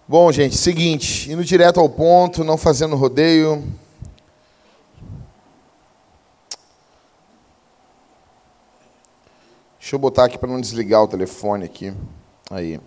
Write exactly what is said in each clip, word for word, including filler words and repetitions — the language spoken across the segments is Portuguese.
Bom, gente, seguinte, indo direto ao ponto, não fazendo rodeio. Deixa eu botar aqui para não desligar o telefone aqui. Aí.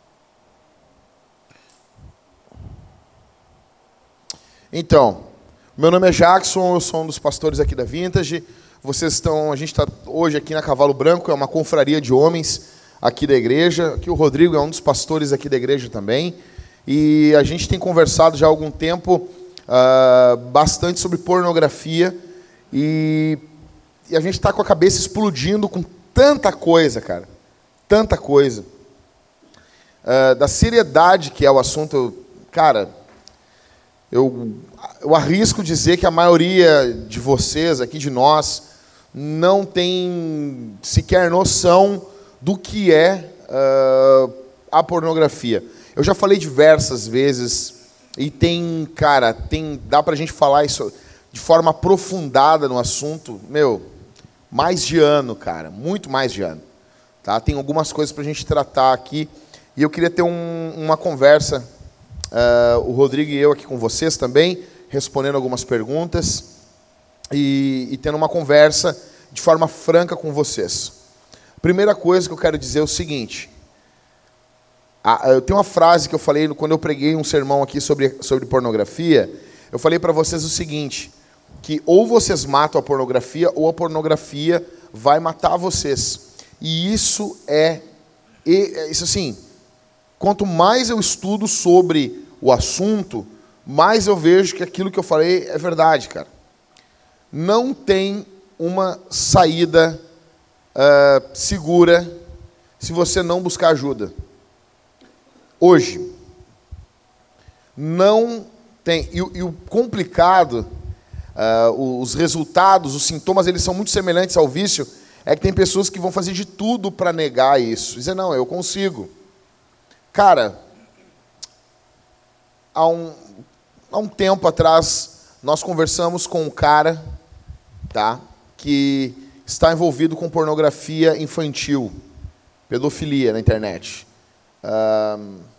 Então, meu nome é Jackson, eu sou um dos pastores aqui da Vintage. Vocês estão, a gente está hoje aqui na Cavalo Branco, é uma confraria de homens aqui da igreja. Aqui o Rodrigo é um dos pastores aqui da igreja também. E a gente tem conversado já há algum tempo uh, bastante sobre pornografia. E, e a gente está com a cabeça explodindo com tanta coisa, cara. Tanta coisa. Uh, da seriedade que é o assunto, eu, cara, eu, eu arrisco dizer que a maioria de vocês aqui, de nós, não tem sequer noção do que é uh, a pornografia. Eu já falei diversas vezes, e tem, cara, tem, dá pra gente falar isso de forma aprofundada no assunto, meu, mais de ano, cara, muito mais de ano. Tá? Tem algumas coisas pra gente tratar aqui, e eu queria ter um, uma conversa, uh, o Rodrigo e eu aqui com vocês também, respondendo algumas perguntas, e, e tendo uma conversa de forma franca com vocês. Primeira coisa que eu quero dizer é o seguinte. Ah, eu tenho uma frase que eu falei quando eu preguei um sermão aqui sobre, sobre pornografia. Eu falei para vocês o seguinte, que ou vocês matam a pornografia ou a pornografia vai matar vocês. E isso é, isso assim, quanto mais eu estudo sobre o assunto, mais eu vejo que aquilo que eu falei é verdade, cara. Não tem uma saída uh, segura se você não buscar ajuda. Hoje, não tem... E, e o complicado, uh, os resultados, os sintomas, eles são muito semelhantes ao vício, é que tem pessoas que vão fazer de tudo para negar isso. Dizer, não, eu consigo. Cara, há um, há um tempo atrás, nós conversamos com um cara, tá, que está envolvido com pornografia infantil, pedofilia na internet. Uh,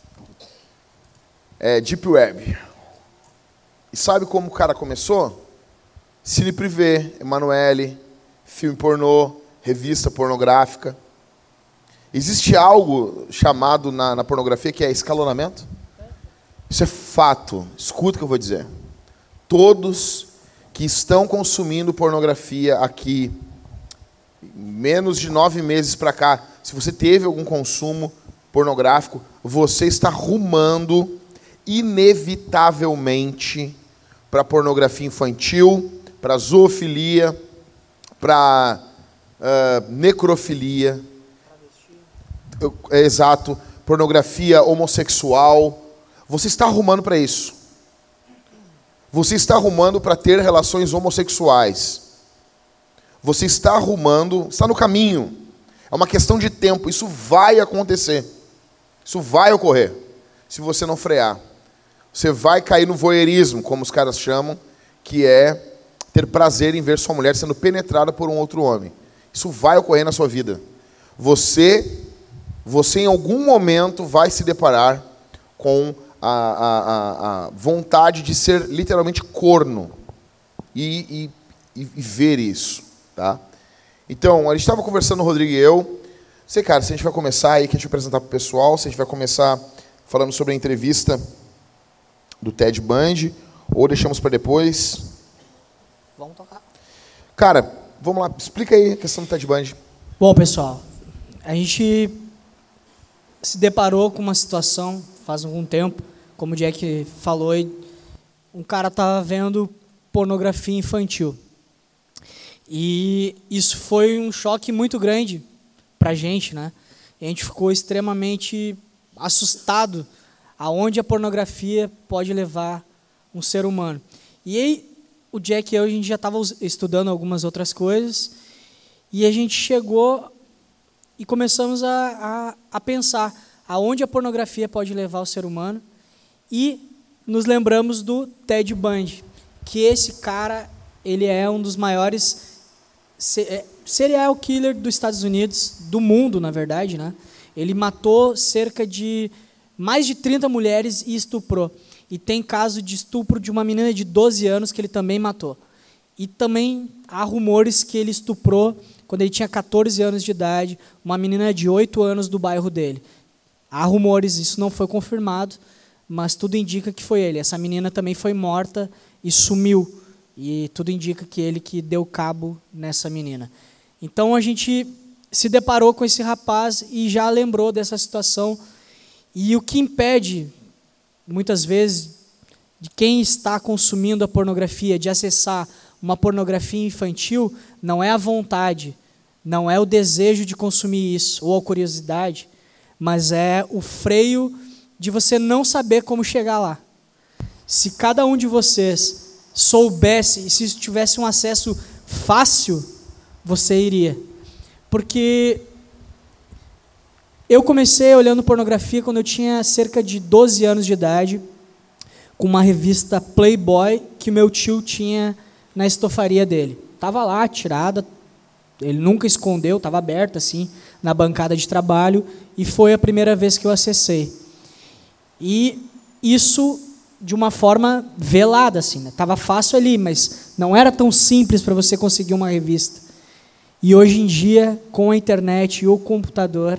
É, Deep Web. E sabe como o cara começou? Cine Privé, Emanuele, filme pornô, revista pornográfica. Existe algo chamado na, na pornografia que é escalonamento? Isso é fato. Escuta o que eu vou dizer. Todos que estão consumindo pornografia aqui, menos de nove meses para cá, se você teve algum consumo pornográfico, você está rumando inevitavelmente para pornografia infantil, para zoofilia, para uh, necrofilia, é, exato, pornografia homossexual. Você está arrumando para isso. Você está arrumando para ter relações homossexuais. Você está arrumando, está no caminho. É uma questão de tempo. Isso vai acontecer. Isso vai ocorrer, se você não frear. Você vai cair no voyeurismo, como os caras chamam, que é ter prazer em ver sua mulher sendo penetrada por um outro homem. Isso vai ocorrer na sua vida. Você, você em algum momento vai se deparar com a, a, a, a vontade de ser literalmente corno e, e, e ver isso. Tá? Então, a gente estava conversando, o Rodrigo e eu. Sei, cara, se a gente vai começar aí, que a gente vai apresentar para o pessoal, se a gente vai começar falando sobre a entrevista do Ted Bundy, ou deixamos para depois? Vamos tocar. Cara, vamos lá, explica aí a questão do Ted Bundy. Bom, pessoal, a gente se deparou com uma situação faz algum tempo, como o Jack falou, um cara estava vendo pornografia infantil. E isso foi um choque muito grande para a gente, né? E a gente ficou extremamente assustado aonde a pornografia pode levar um ser humano. E aí, o Jack e eu, a gente já estava estudando algumas outras coisas, e a gente chegou e começamos a, a, a pensar aonde a pornografia pode levar o ser humano, e nos lembramos do Ted Bundy, que esse cara, ele é um dos maiores serial killer dos Estados Unidos, do mundo, na verdade, né? Ele matou cerca de mais de trinta mulheres e estuprou. E tem caso de estupro de uma menina de doze anos que ele também matou. E também há rumores que ele estuprou, quando ele tinha catorze anos de idade, uma menina de oito anos do bairro dele. Há rumores, isso não foi confirmado, mas tudo indica que foi ele. Essa menina também foi morta e sumiu. E tudo indica que ele que deu cabo nessa menina. Então a gente se deparou com esse rapaz e já lembrou dessa situação. E o que impede, muitas vezes, de quem está consumindo a pornografia, de acessar uma pornografia infantil, não é a vontade, não é o desejo de consumir isso, ou a curiosidade, mas é o freio de você não saber como chegar lá. Se cada um de vocês soubesse, e se tivesse um acesso fácil, você iria. Porque eu comecei olhando pornografia quando eu tinha cerca de doze anos de idade, com uma revista Playboy que meu tio tinha na estofaria dele. Estava lá, tirada, ele nunca escondeu, estava aberta assim, na bancada de trabalho, e foi a primeira vez que eu acessei. E isso de uma forma velada, assim, né? Estava fácil ali, mas não era tão simples para você conseguir uma revista. E hoje em dia, com a internet e o computador,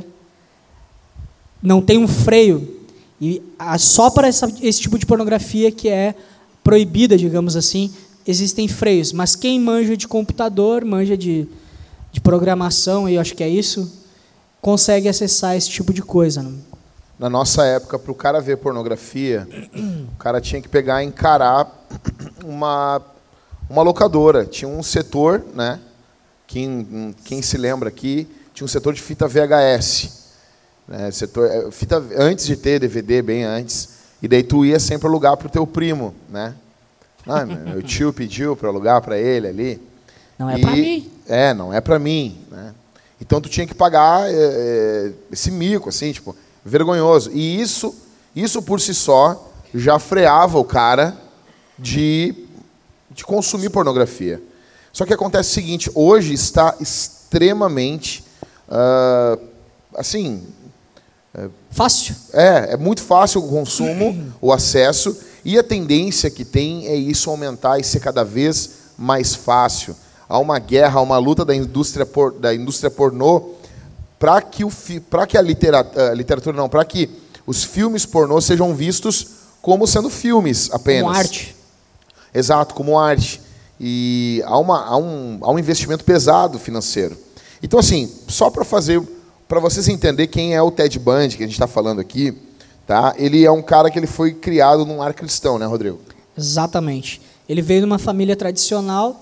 não tem um freio. E só para essa, esse tipo de pornografia que é proibida, digamos assim, existem freios. Mas quem manja de computador, manja de, de programação, e eu acho que é isso, consegue acessar esse tipo de coisa. Não? Na nossa época, para o cara ver pornografia, o cara tinha que pegar e encarar uma, uma locadora. Tinha um setor, né? Quem, quem se lembra aqui, tinha um setor de fita V H S. Né? Setor, fita, antes de ter D V D, bem antes. E daí tu ia sempre alugar para o teu primo. Né? Ah, meu tio pediu para alugar para ele ali. Não é para mim. É, não é para mim. Né? Então tu tinha que pagar é, esse mico, assim, tipo, vergonhoso. E isso, isso por si só já freava o cara de, de consumir pornografia. Só que acontece o seguinte, hoje está extremamente, uh, assim... Uh, fácil. É, é muito fácil o consumo, o acesso, e a tendência que tem é isso aumentar e ser cada vez mais fácil. Há uma guerra, há uma luta da indústria, por, da indústria pornô para que, o, que a literatura, literatura não, para que os filmes pornô sejam vistos como sendo filmes apenas. Como arte. Exato, como arte. E há, uma, há, um, há um investimento pesado financeiro. Então, assim, só para fazer, para vocês entenderem quem é o Ted Bundy, que a gente está falando aqui, tá? Ele é um cara que ele foi criado num lar cristão, né, Rodrigo? Exatamente. Ele veio de uma família tradicional,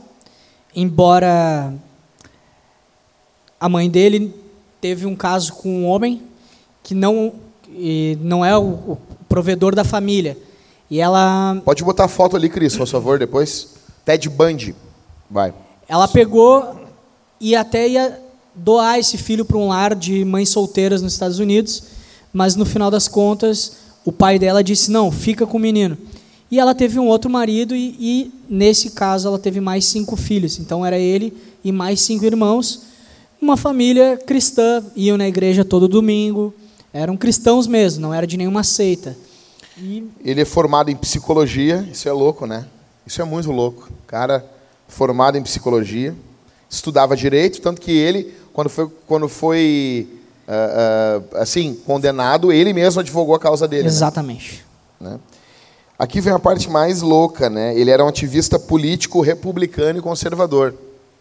embora a mãe dele teve um caso com um homem que não, e não é o, o provedor da família. E ela... Pode botar a foto ali, Cris, por favor, depois. Ted Bundy. Vai. Ela pegou e até ia doar esse filho para um lar de mães solteiras nos Estados Unidos, mas no final das contas, o pai dela disse, não, fica com o menino. E ela teve um outro marido e, e nesse caso, ela teve mais cinco filhos. Então, era ele e mais cinco irmãos. Uma família cristã, iam na igreja todo domingo, eram cristãos mesmo, não era de nenhuma seita. E... Ele é formado em psicologia, isso é louco, né? Isso é muito louco. Cara formado em psicologia, estudava direito, tanto que ele, quando foi, quando foi uh, uh, assim, condenado, ele mesmo advogou a causa dele. Exatamente. Né? Aqui vem a parte mais louca, né? Ele era um ativista político republicano e conservador.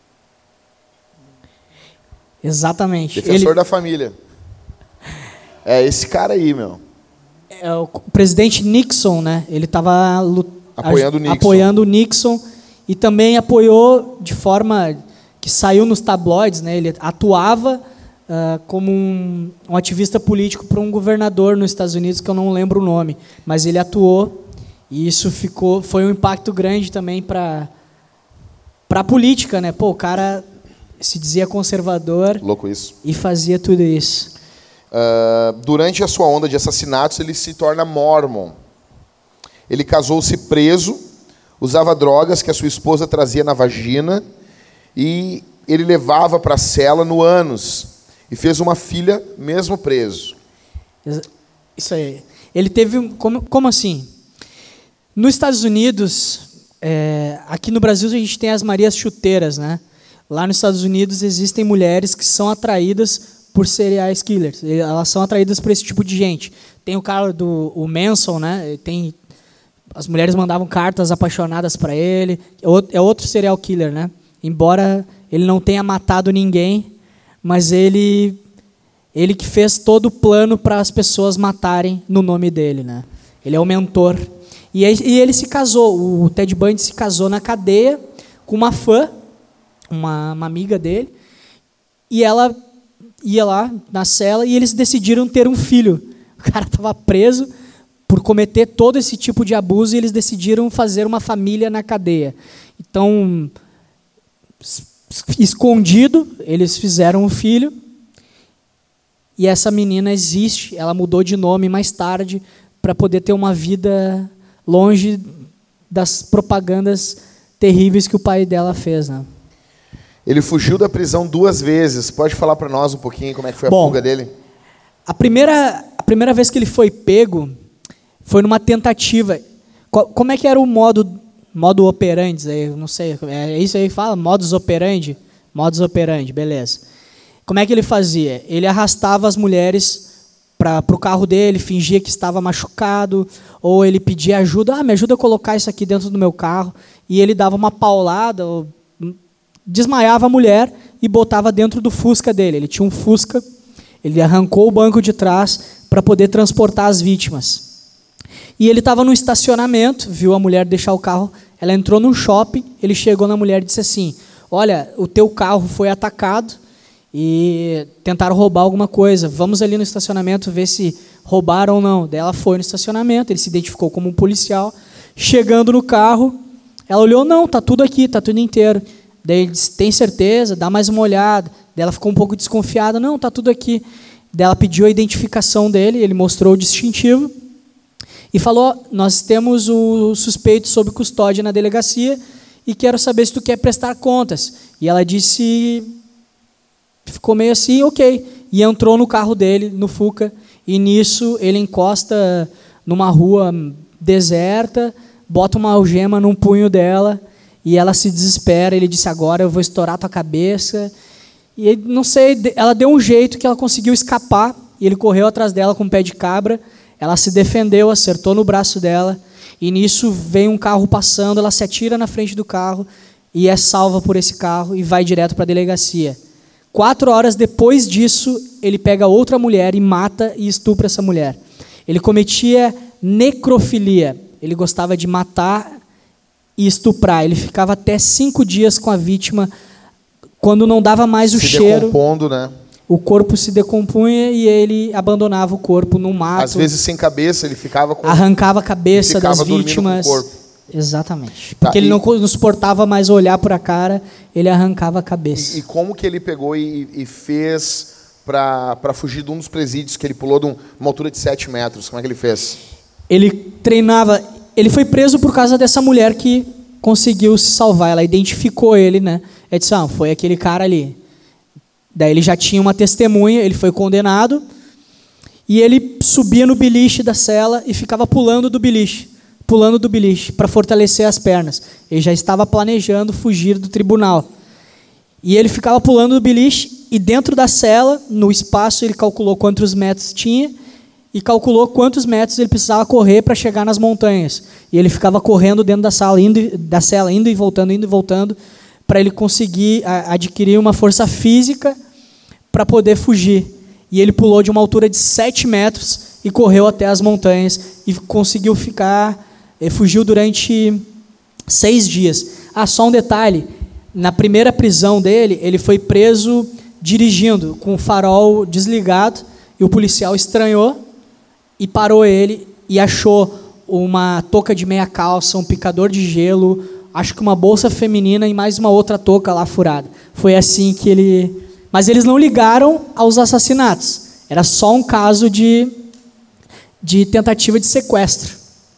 Exatamente. Defensor ele... da família. É esse cara aí, meu. É, o presidente Nixon, né? Ele estava apoiando o Nixon. apoiando o Nixon e também apoiou de forma que saiu nos tabloides, né? Ele atuava uh, como um, um ativista político para um governador nos Estados Unidos que eu não lembro o nome, mas ele atuou e isso ficou, foi um impacto grande também para para a política, né? Pô, o cara se dizia conservador. Louco isso. E fazia tudo isso. Uh, durante a sua onda de assassinatos, ele se torna mórmon. Ele casou-se preso, usava drogas que a sua esposa trazia na vagina e ele levava para a cela no ânus e fez uma filha mesmo preso. Isso aí. Ele teve... um- Como, como assim? Nos Estados Unidos, é, aqui no Brasil a gente tem as Marias Chuteiras, né? Lá nos Estados Unidos existem mulheres que são atraídas por serial killers. Elas são atraídas por esse tipo de gente. Tem o cara do o Manson, né? Tem, as mulheres mandavam cartas apaixonadas para ele. É outro, é outro serial killer, né? Embora ele não tenha matado ninguém, mas ele ele que fez todo o plano para as pessoas matarem no nome dele, né? Ele é o mentor. E, aí, e ele se casou. O Ted Bundy se casou na cadeia com uma fã, uma, uma amiga dele, e ela ia lá na cela e eles decidiram ter um filho. O cara estava preso por cometer todo esse tipo de abuso e eles decidiram fazer uma família na cadeia. Então, escondido, eles fizeram um filho e essa menina existe. Ela mudou de nome mais tarde para poder ter uma vida longe das propagandas terríveis que o pai dela fez, né? Ele fugiu da prisão duas vezes. Pode falar para nós um pouquinho como é que foi a Bom, fuga dele? A primeira, a primeira vez que ele foi pego foi numa tentativa. Qual, como é que era o modo, modo operandi? Eu não sei, é isso aí que fala? Modus operandi? Modus operandi, beleza. Como é que ele fazia? Ele arrastava as mulheres para o carro dele, fingia que estava machucado, ou ele pedia ajuda. Ah, me ajuda a colocar isso aqui dentro do meu carro. E ele dava uma paulada, ou desmaiava a mulher e botava dentro do Fusca dele. Ele tinha um Fusca, ele arrancou o banco de trás para poder transportar as vítimas. E ele estava no estacionamento, viu a mulher deixar o carro, ela entrou num shopping, ele chegou na mulher e disse assim: olha, o teu carro foi atacado e tentaram roubar alguma coisa, vamos ali no estacionamento ver se roubaram ou não. Daí ela foi no estacionamento, ele se identificou como um policial. Chegando no carro, ela olhou: não, tá tudo aqui, tá tudo inteiro. Daí ele disse: tem certeza? Dá mais uma olhada. Daí ela ficou um pouco desconfiada: não, tá tudo aqui. Daí ela pediu a identificação dele, ele mostrou o distintivo e falou: nós temos o suspeito sob custódia na delegacia e quero saber se tu quer prestar contas. E ela disse, ficou meio assim, ok. E entrou no carro dele, no Fuca, e nisso ele encosta numa rua deserta, bota uma algema num punho dela, e ela se desespera. Ele disse: agora eu vou estourar tua cabeça. E ele, não sei, ela deu um jeito que ela conseguiu escapar, e ele correu atrás dela com um pé de cabra. Ela se defendeu, acertou no braço dela, e nisso vem um carro passando, ela se atira na frente do carro e é salva por esse carro e vai direto para a delegacia. Quatro horas depois disso, ele pega outra mulher e mata e estupra essa mulher. Ele cometia necrofilia, ele gostava de matar e estuprar. Ele ficava até cinco dias com a vítima. Quando não dava mais o se cheiro, decompondo, né? O corpo se decompunha e ele abandonava o corpo no mato. Às vezes sem cabeça, ele ficava com... Arrancava a cabeça ficava das vítimas. Com o corpo. Exatamente. Tá, Porque ele e... não, não suportava mais olhar para a cara, ele arrancava a cabeça. E, e como que ele pegou e, e fez para fugir de um dos presídios, que ele pulou de um, uma altura de sete metros? Como é que ele fez? Ele treinava... Ele foi preso por causa dessa mulher que conseguiu se salvar. Ela identificou ele, né? Ela disse: ah, foi aquele cara ali. Daí ele já tinha uma testemunha, ele foi condenado, e ele subia no beliche da cela e ficava pulando do beliche, pulando do beliche, para fortalecer as pernas. Ele já estava planejando fugir do tribunal. E ele ficava pulando do beliche, e dentro da cela, no espaço, ele calculou quantos metros tinha, e calculou quantos metros ele precisava correr para chegar nas montanhas. E ele ficava correndo dentro da sala, indo, da cela, indo e voltando, indo e voltando, para ele conseguir adquirir uma força física para poder fugir. E ele pulou de uma altura de sete metros e correu até as montanhas e conseguiu ficar, fugiu durante seis dias. Ah, só um detalhe, na primeira prisão dele, ele foi preso dirigindo, com o farol desligado, e o policial estranhou e parou ele e achou uma touca de meia calça, um picador de gelo, acho que uma bolsa feminina e mais uma outra touca lá furada. Foi assim que ele... Mas eles não ligaram aos assassinatos. Era só um caso de, de tentativa de sequestro.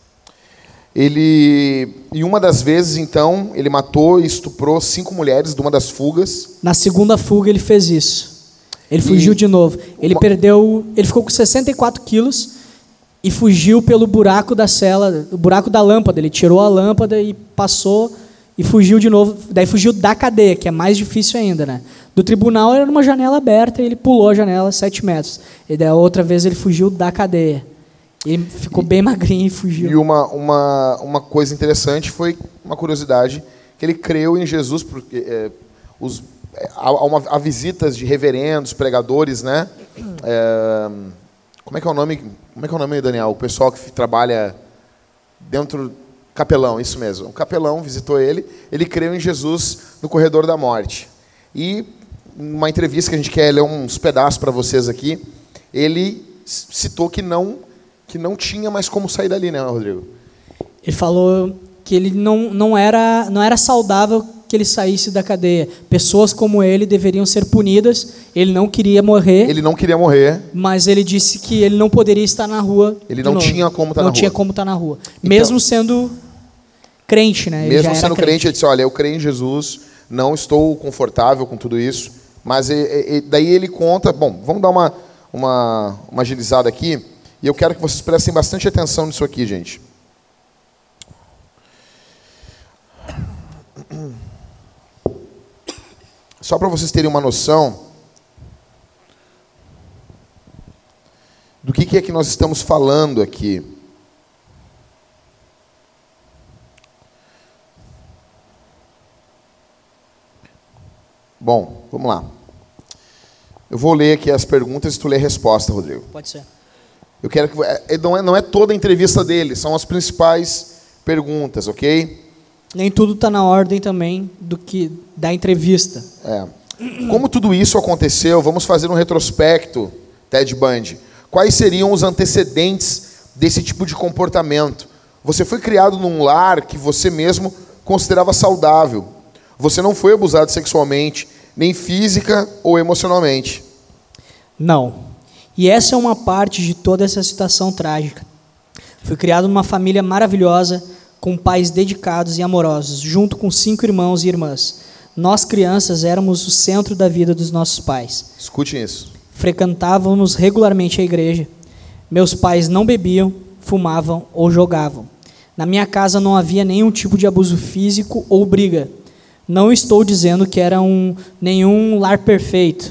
Ele... E uma das vezes, então, ele matou e estuprou cinco mulheres de uma das fugas. Na segunda fuga ele fez isso. Ele fugiu e... de novo. Ele uma... perdeu... Ele ficou com sessenta e quatro quilos e fugiu pelo buraco da cela, o buraco da lâmpada. Ele tirou a lâmpada e passou e fugiu de novo. Daí fugiu da cadeia, que é mais difícil ainda, né? Do tribunal era uma janela aberta e ele pulou a janela sete metros. E daí a outra vez ele fugiu da cadeia. Ele ficou bem magrinho e fugiu. E uma, uma, uma coisa interessante foi, uma curiosidade, que ele creu em Jesus, porque é, os, é, há, uma, há visitas de reverendos, pregadores, né? É, como é que é o nome? Como é que é o nome, Daniel? O pessoal que trabalha dentro... Capelão, isso mesmo. O capelão visitou ele, ele creu em Jesus no corredor da morte. E, numa entrevista que a gente quer ler uns pedaços para vocês aqui, ele citou que não... que não tinha mais como sair dali, né, Rodrigo? Ele falou que ele não, não, era, não era saudável que ele saísse da cadeia. Pessoas como ele deveriam ser punidas. Ele não queria morrer. Ele não queria morrer. Mas ele disse que ele não poderia estar na rua. Ele não novo. tinha como estar não na tinha rua. como estar na rua. Então, mesmo sendo crente, né? Ele mesmo já sendo era crente, crente, ele disse, olha, eu creio em Jesus, não estou confortável com tudo isso. Mas e, e, daí ele conta... Bom, vamos dar uma, uma, uma agilizada aqui. E eu quero que vocês prestem bastante atenção nisso aqui, gente. Só para vocês terem uma noção do que, que é que nós estamos falando aqui. Bom, vamos lá. Eu vou ler aqui as perguntas e tu lê a resposta, Rodrigo. Pode ser. Eu quero que não é, não é toda a entrevista dele, são as principais perguntas, ok? Nem tudo está na ordem também do que da entrevista. É. Como tudo isso aconteceu, vamos fazer um retrospecto, Ted Bundy. Quais seriam os antecedentes desse tipo de comportamento? Você foi criado num lar que você mesmo considerava saudável. Você não foi abusado sexualmente, nem física ou emocionalmente. Não. E essa é uma parte de toda essa situação trágica. Fui criado numa família maravilhosa, com pais dedicados e amorosos, junto com cinco irmãos e irmãs. Nós, crianças, éramos o centro da vida dos nossos pais. Escute isso. Frequentávamos regularmente a igreja. Meus pais não bebiam, fumavam ou jogavam. Na minha casa não havia nenhum tipo de abuso físico ou briga. Não estou dizendo que era um, nenhum lar perfeito,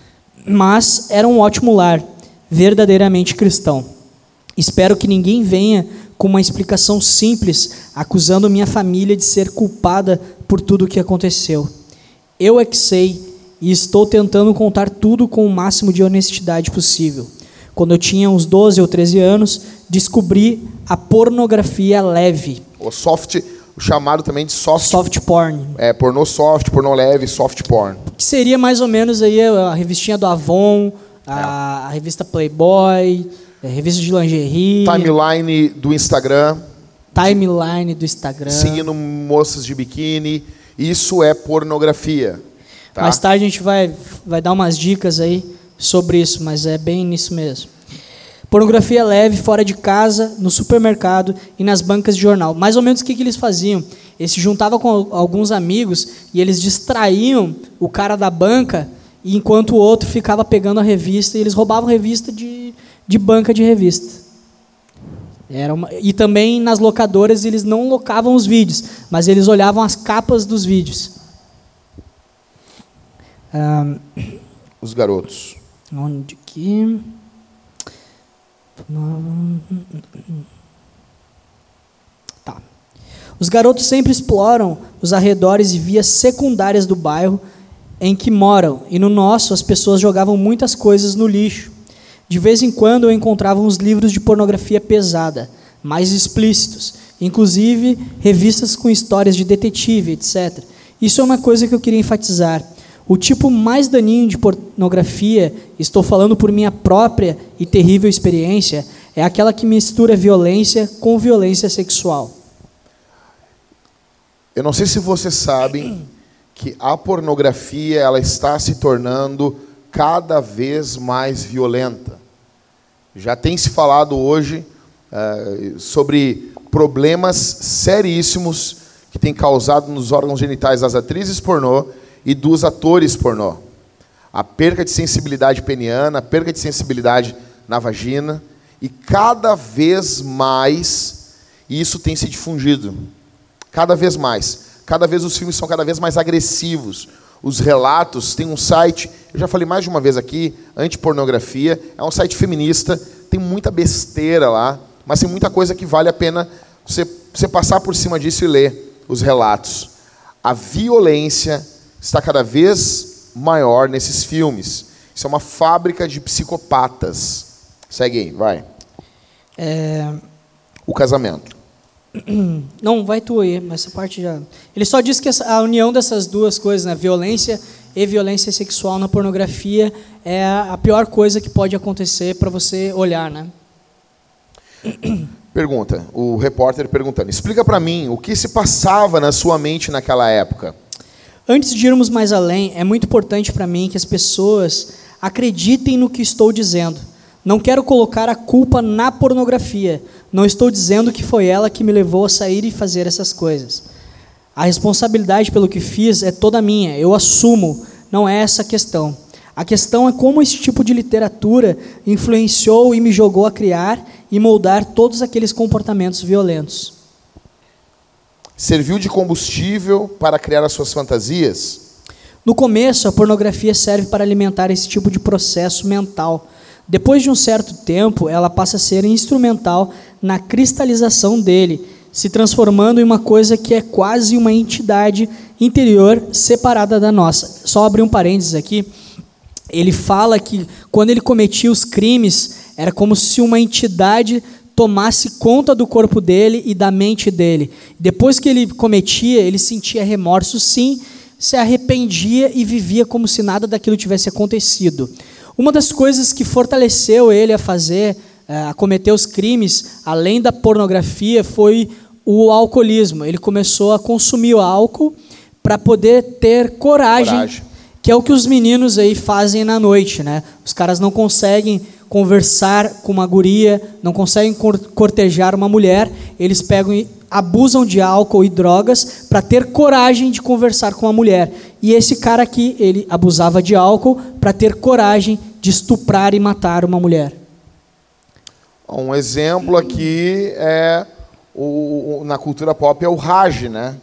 mas era um ótimo lar, verdadeiramente cristão. Espero que ninguém venha com uma explicação simples, acusando minha família de ser culpada por tudo o que aconteceu. Eu é que sei e estou tentando contar tudo com o máximo de honestidade possível. Quando eu tinha uns doze ou treze anos, descobri a pornografia leve. O soft, o chamado também de soft, soft porn. É, pornô soft, pornô leve, soft porn. Que seria mais ou menos aí a revistinha do Avon, a, é. a revista Playboy, a revista de lingerie. Timeline do Instagram. Timeline do Instagram. Seguindo moças de biquíni. Isso é pornografia. Tá? Mais tarde a gente vai, vai dar umas dicas aí sobre isso, mas é bem nisso mesmo. Pornografia leve, fora de casa, no supermercado e nas bancas de jornal. Mais ou menos o que, que eles faziam? Eles se juntavam com alguns amigos e eles distraíam o cara da banca, enquanto o outro ficava pegando a revista, e eles roubavam revista de, de banca de revista. Era uma, e também nas locadoras eles não locavam os vídeos, mas eles olhavam as capas dos vídeos. Um, Os garotos. Onde que... Tá. Os garotos sempre exploram os arredores e vias secundárias do bairro em que moram, e no nosso as pessoas jogavam muitas coisas no lixo. De vez em quando eu encontrava uns livros de pornografia pesada, mais explícitos, inclusive revistas com histórias de detetive, etcétera. Isso é uma coisa que eu queria enfatizar. O tipo mais daninho de pornografia, estou falando por minha própria e terrível experiência, é aquela que mistura violência com violência sexual. Eu não sei se vocês sabem que a pornografia ela está se tornando cada vez mais violenta. Já tem se falado hoje uh, sobre problemas seríssimos que têm causado nos órgãos genitais das atrizes pornô e dos atores pornô. A perca de sensibilidade peniana, a perca de sensibilidade na vagina, E cada vez mais isso tem se difundido. Cada vez mais. Cada vez os filmes são cada vez mais agressivos. Os relatos, tem um site, eu já falei mais de uma vez aqui, Antipornografia, é um site feminista, tem muita besteira lá, mas tem muita coisa que vale a pena você, você passar por cima disso e ler os relatos. A violência está cada vez maior nesses filmes. Isso é uma fábrica de psicopatas. Segue aí, vai. É... O casamento. Não, vai tu aí, mas essa parte já... Ele só diz que a união dessas duas coisas, né, violência e violência sexual na pornografia, é a pior coisa que pode acontecer para você olhar, né? Pergunta, o repórter perguntando, explica para mim o que se passava na sua mente naquela época. Antes de irmos mais além, é muito importante para mim que as pessoas acreditem no que estou dizendo. Não quero colocar a culpa na pornografia. Não estou dizendo que foi ela que me levou a sair e fazer essas coisas. A responsabilidade pelo que fiz é toda minha. Eu assumo. Não é essa a questão. A questão é como esse tipo de literatura influenciou e me jogou a criar e moldar todos aqueles comportamentos violentos. Serviu de combustível para criar as suas fantasias? No começo, a pornografia serve para alimentar esse tipo de processo mental. Depois de um certo tempo, ela passa a ser instrumental na cristalização dele, se transformando em uma coisa que é quase uma entidade interior separada da nossa. Só abrir um parênteses aqui. Ele fala que quando ele cometia os crimes, era como se uma entidade tomasse conta do corpo dele e da mente dele. Depois que ele cometia, ele sentia remorso, sim, se arrependia e vivia como se nada daquilo tivesse acontecido. Uma das coisas que fortaleceu ele a fazer, a cometer os crimes, além da pornografia, foi o alcoolismo. Ele começou a consumir o álcool para poder ter coragem, coragem, que é o que os meninos aí fazem na noite, né? Os caras não conseguem conversar com uma guria, não conseguem cortejar uma mulher, eles pegam e abusam de álcool e drogas para ter coragem de conversar com a mulher. E esse cara aqui, ele abusava de álcool para ter coragem de estuprar e matar uma mulher. Um exemplo aqui é o, o, na cultura pop é o Raj, né?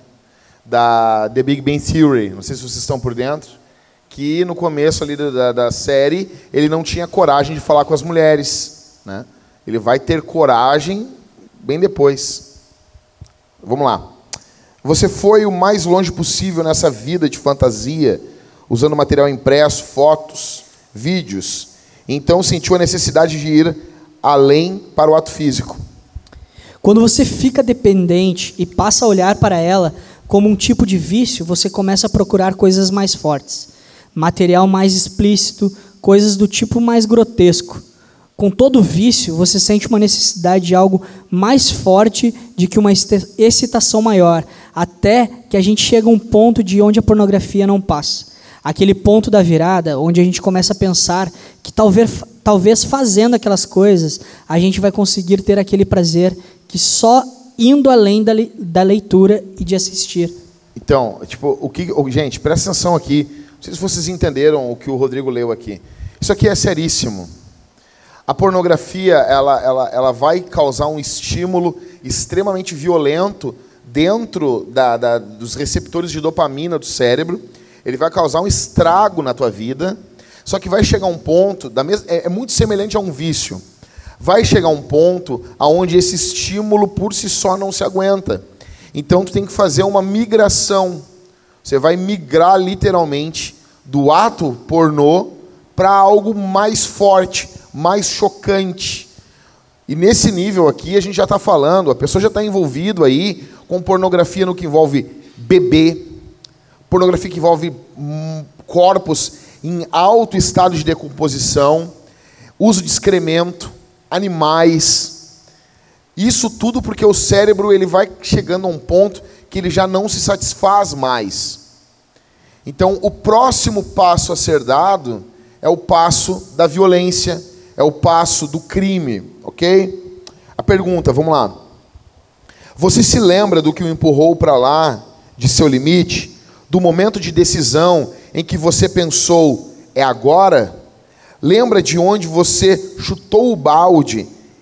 Da The Big Bang Theory. Não sei se vocês estão por dentro. Que no começo ali da, da série ele não tinha coragem de falar com as mulheres, né? Ele vai ter coragem bem depois. Vamos lá. Você foi o mais longe possível nessa vida de fantasia, usando material impresso, fotos, vídeos. Então sentiu a necessidade de ir além para o ato físico. Quando você fica dependente e passa a olhar para ela como um tipo de vício, você começa a procurar coisas mais fortes, material mais explícito, coisas do tipo mais grotesco. Com todo vício, você sente uma necessidade de algo mais forte de que uma excitação maior, até que a gente chega a um ponto de onde a pornografia não passa. Aquele ponto da virada, onde a gente começa a pensar que talvez, talvez fazendo aquelas coisas, a gente vai conseguir ter aquele prazer que só indo além da, le, da leitura e de assistir. Então, tipo, o que, gente, presta atenção aqui. Não sei se vocês entenderam o que o Rodrigo leu aqui. Isso aqui é seríssimo. A pornografia, ela, ela, ela vai causar um estímulo extremamente violento dentro da, da, dos receptores de dopamina do cérebro. Ele vai causar um estrago na tua vida. Só que vai chegar um ponto, da mes... é, é muito semelhante a um vício. Vai chegar um ponto onde esse estímulo por si só não se aguenta. Então tu tem que fazer uma migração. Você vai migrar literalmente do ato pornô para algo mais forte, mais chocante. E nesse nível aqui a gente já está falando, a pessoa já está envolvida aí com pornografia no que envolve bebê, pornografia que envolve hum, corpos em alto estado de decomposição, uso de excremento, animais. Isso tudo porque o cérebro ele vai chegando a um ponto que ele já não se satisfaz mais. Então, o próximo passo a ser dado é o passo da violência, é o passo do crime, ok? A pergunta, vamos lá. Você se lembra do que o empurrou para lá de seu limite? Do momento de decisão em que você pensou, é agora? Lembra de onde você chutou o balde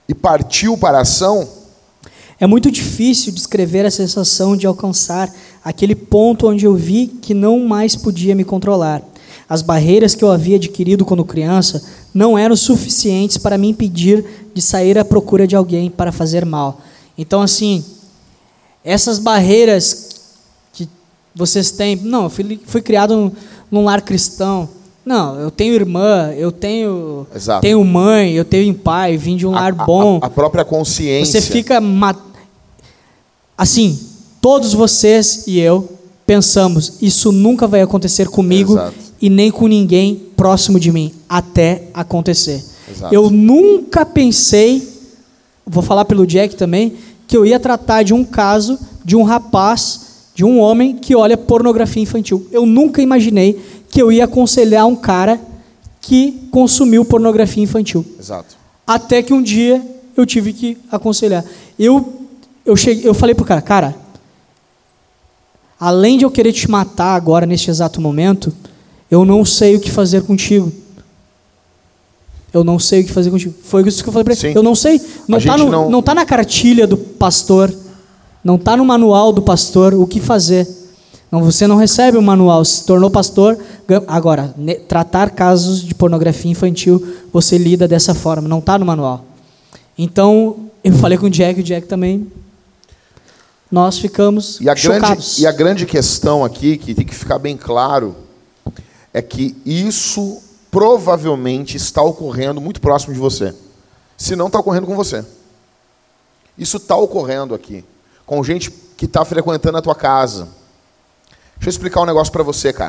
e partiu para a ação, é muito difícil descrever a sensação de alcançar aquele ponto onde eu vi que não mais podia me controlar. As barreiras que eu havia adquirido quando criança não eram suficientes para me impedir de sair à procura de alguém para fazer mal. Então, assim, essas barreiras que vocês têm... Não, eu fui, fui criado num, num lar cristão. Não, eu tenho irmã, eu tenho, tenho mãe, eu tenho pai, vim de um lar bom. A, a própria consciência. Você fica... Mat... Assim, todos vocês e eu pensamos, isso nunca vai acontecer comigo. Exato. E nem com ninguém próximo de mim, até acontecer. Exato. Eu nunca pensei, vou falar pelo Jack também, que eu ia tratar de um caso de um rapaz, de um homem que olha pornografia infantil. Eu nunca imaginei que eu ia aconselhar um cara que consumiu pornografia infantil. Exato. Até que um dia eu tive que aconselhar. Eu, eu, cheguei, eu falei pro cara, cara, além de eu querer te matar agora, neste exato momento, eu não sei o que fazer contigo. Eu não sei o que fazer contigo. Foi isso que eu falei para ele. Sim. Eu não sei. Não está não... não tá na cartilha do pastor. Não está no manual do pastor o que fazer. Não, você não recebe o manual. Se tornou pastor. Agora, ne, tratar casos de pornografia infantil, você lida dessa forma. Não está no manual. Então, eu falei com o Jack. O Jack também. Nós ficamos e a chocados. Grande, e a grande questão aqui, que tem que ficar bem claro, é que isso provavelmente está ocorrendo muito próximo de você. Se não está ocorrendo com você. Isso está ocorrendo aqui. Com gente que está frequentando a tua casa. Deixa eu explicar um negócio para você, cara.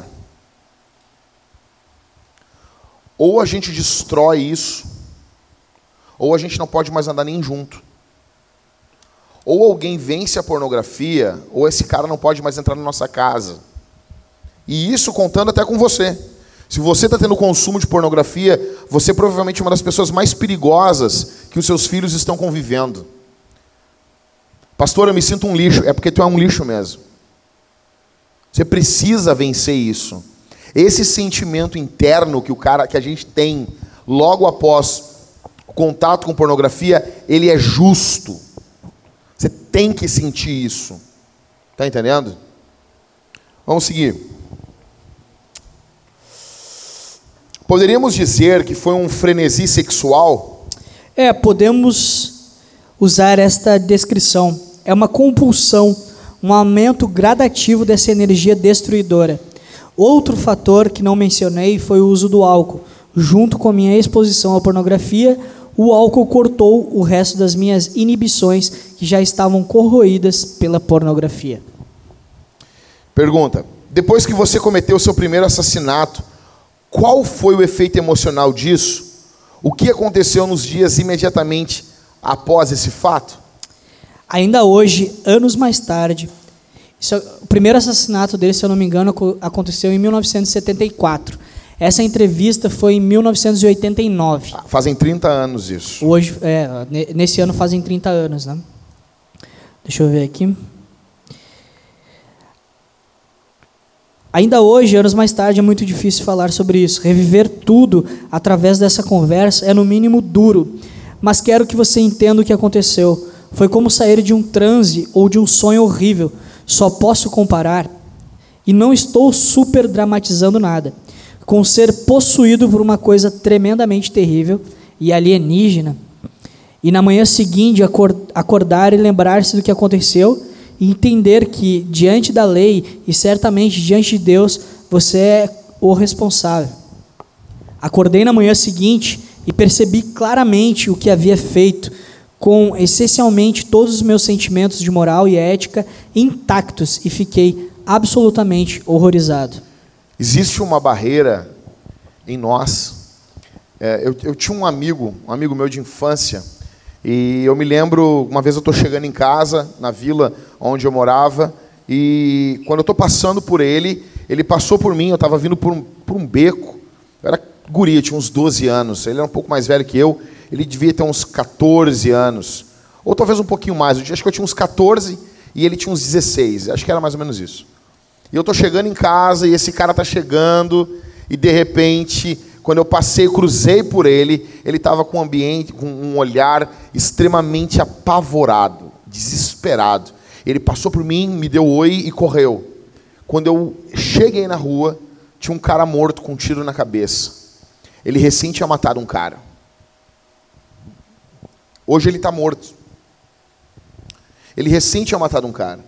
Ou a gente destrói isso, ou a gente não pode mais andar nem junto. Ou alguém vence a pornografia, ou esse cara não pode mais entrar na nossa casa. E isso contando até com você. Se você está tendo consumo de pornografia, você provavelmente é uma das pessoas mais perigosas que os seus filhos estão convivendo. Pastor, eu me sinto um lixo. É porque tu é um lixo mesmo. Você precisa vencer isso. Esse sentimento interno que o cara, que a gente tem logo após o contato com pornografia, ele é justo. Você tem que sentir isso. Está entendendo? Vamos seguir. Poderíamos dizer que foi um frenesi sexual? É, podemos usar esta descrição. É uma compulsão, um aumento gradativo dessa energia destruidora. Outro fator que não mencionei foi o uso do álcool. Junto com a minha exposição à pornografia, o álcool cortou o resto das minhas inibições que já estavam corroídas pela pornografia. Pergunta: depois que você cometeu o seu primeiro assassinato, qual foi o efeito emocional disso? O que aconteceu nos dias imediatamente após esse fato? Ainda hoje, anos mais tarde, isso, o primeiro assassinato dele, se eu não me engano, aconteceu em mil novecentos e setenta e quatro. Essa entrevista foi em mil novecentos e oitenta e nove. Ah, fazem trinta anos isso. Hoje, é, nesse ano fazem trinta anos, né? Deixa eu ver aqui. Ainda hoje, anos mais tarde, é muito difícil falar sobre isso. Reviver tudo através dessa conversa é, no mínimo, duro. Mas quero que você entenda o que aconteceu. Foi como sair de um transe ou de um sonho horrível. Só posso comparar, e não estou super dramatizando nada, com ser possuído por uma coisa tremendamente terrível e alienígena, e na manhã seguinte acordar e lembrar-se do que aconteceu, e entender que, diante da lei e certamente diante de Deus, você é o responsável. Acordei na manhã seguinte e percebi claramente o que havia feito, com essencialmente todos os meus sentimentos de moral e ética intactos, e fiquei absolutamente horrorizado. Existe uma barreira em nós. É, eu, eu tinha um amigo, um amigo meu de infância, e eu me lembro, uma vez eu estou chegando em casa, na vila onde eu morava, e quando eu estou passando por ele, ele passou por mim, eu estava vindo por um, por um beco, eu era guri, eu tinha uns doze anos, ele era um pouco mais velho que eu, ele devia ter uns catorze anos, ou talvez um pouquinho mais, eu acho que eu tinha uns catorze e ele tinha uns dezesseis, acho que era mais ou menos isso. E eu estou chegando em casa e esse cara está chegando e de repente Quando eu passei, cruzei por ele, ele estava com um ambiente, com um olhar extremamente apavorado, desesperado. Ele passou por mim, me deu oi e correu. Quando eu cheguei na rua, tinha um cara morto com um tiro na cabeça. Ele recém tinha matado um cara. Hoje ele está morto. Ele recém tinha matado um cara.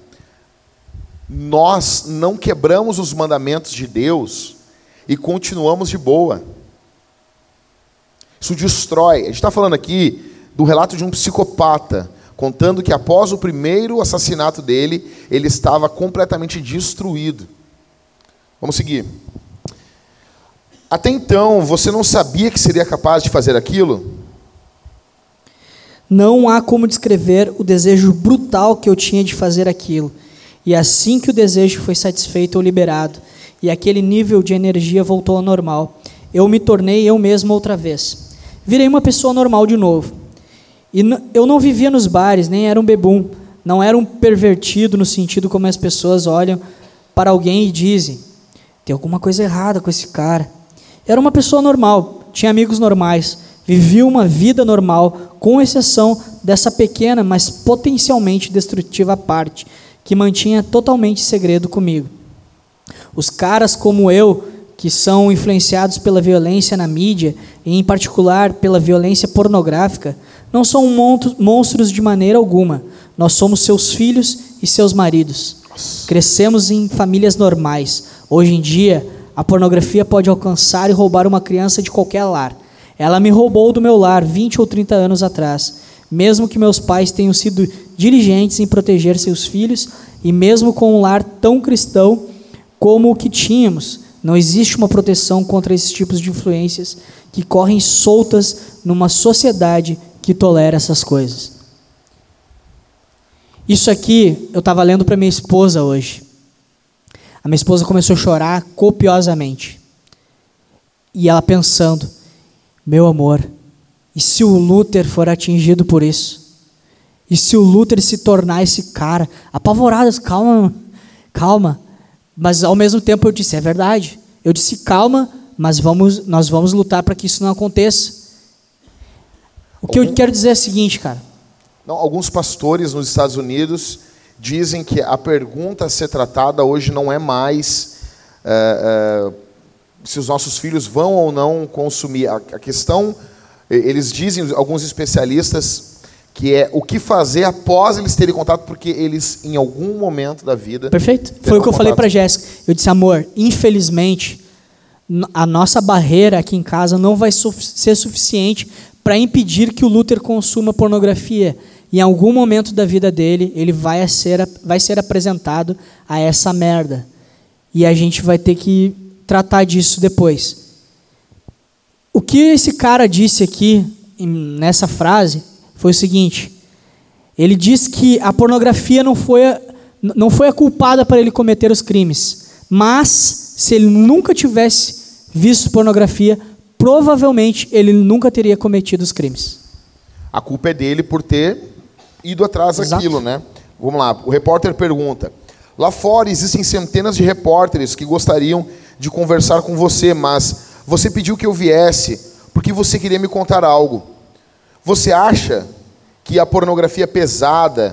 Nós não quebramos os mandamentos de Deus e continuamos de boa. Isso destrói. A gente está falando aqui do relato de um psicopata, contando que após o primeiro assassinato dele, ele estava completamente destruído. Vamos seguir. Até então, você não sabia que seria capaz de fazer aquilo? Não há como descrever o desejo brutal que eu tinha de fazer aquilo. E assim que o desejo foi satisfeito ou liberado, e aquele nível de energia voltou ao normal, eu me tornei eu mesmo outra vez. Virei uma pessoa normal de novo. E eu não vivia nos bares, nem era um bebum, não era um pervertido no sentido como as pessoas olham para alguém e dizem: tem alguma coisa errada com esse cara. Era uma pessoa normal, tinha amigos normais, vivia uma vida normal, com exceção dessa pequena, mas potencialmente destrutiva parte, que mantinha totalmente segredo comigo. Os caras como eu, que são influenciados pela violência na mídia, e em particular pela violência pornográfica, não são monstros de maneira alguma. Nós somos seus filhos e seus maridos. Crescemos em famílias normais. Hoje em dia, a pornografia pode alcançar e roubar uma criança de qualquer lar. Ela me roubou do meu lar vinte ou trinta anos atrás. Mesmo que meus pais tenham sido diligentes em proteger seus filhos, e mesmo com um lar tão cristão como o que tínhamos, não existe uma proteção contra esses tipos de influências que correm soltas numa sociedade que tolera essas coisas. Isso aqui eu estava lendo para minha esposa hoje. A minha esposa começou a chorar copiosamente. E ela pensando: meu amor, e se o Luther for atingido por isso? E se o Luther se tornar esse cara? Apavorada, calma, calma. Mas ao mesmo tempo eu disse: é verdade. Eu disse: calma, mas vamos, nós vamos lutar para que isso não aconteça. O que Algum... eu quero dizer é o seguinte, cara. Não, alguns pastores nos Estados Unidos dizem que a pergunta a ser tratada hoje não é mais é, é, se os nossos filhos vão ou não consumir. A, a questão, eles dizem, alguns especialistas, que é o que fazer após eles terem contato, porque eles, em algum momento da vida... Perfeito. Foi o que eu falei para a Jéssica. Eu disse: amor, infelizmente, a nossa barreira aqui em casa não vai su- ser suficiente para impedir que o Luther consuma pornografia. Em algum momento da vida dele, ele vai ser, vai ser apresentado a essa merda. E a gente vai ter que tratar disso depois. O que esse cara disse aqui, nessa frase, foi o seguinte: ele diz que a pornografia não foi a, não foi a culpada para ele cometer os crimes, mas se ele nunca tivesse visto pornografia, provavelmente ele nunca teria cometido os crimes. A culpa é dele por ter ido atrás daquilo, né? Vamos lá, o repórter pergunta: lá fora existem centenas de repórteres que gostariam de conversar com você, mas você pediu que eu viesse porque você queria me contar algo. Você acha que a pornografia pesada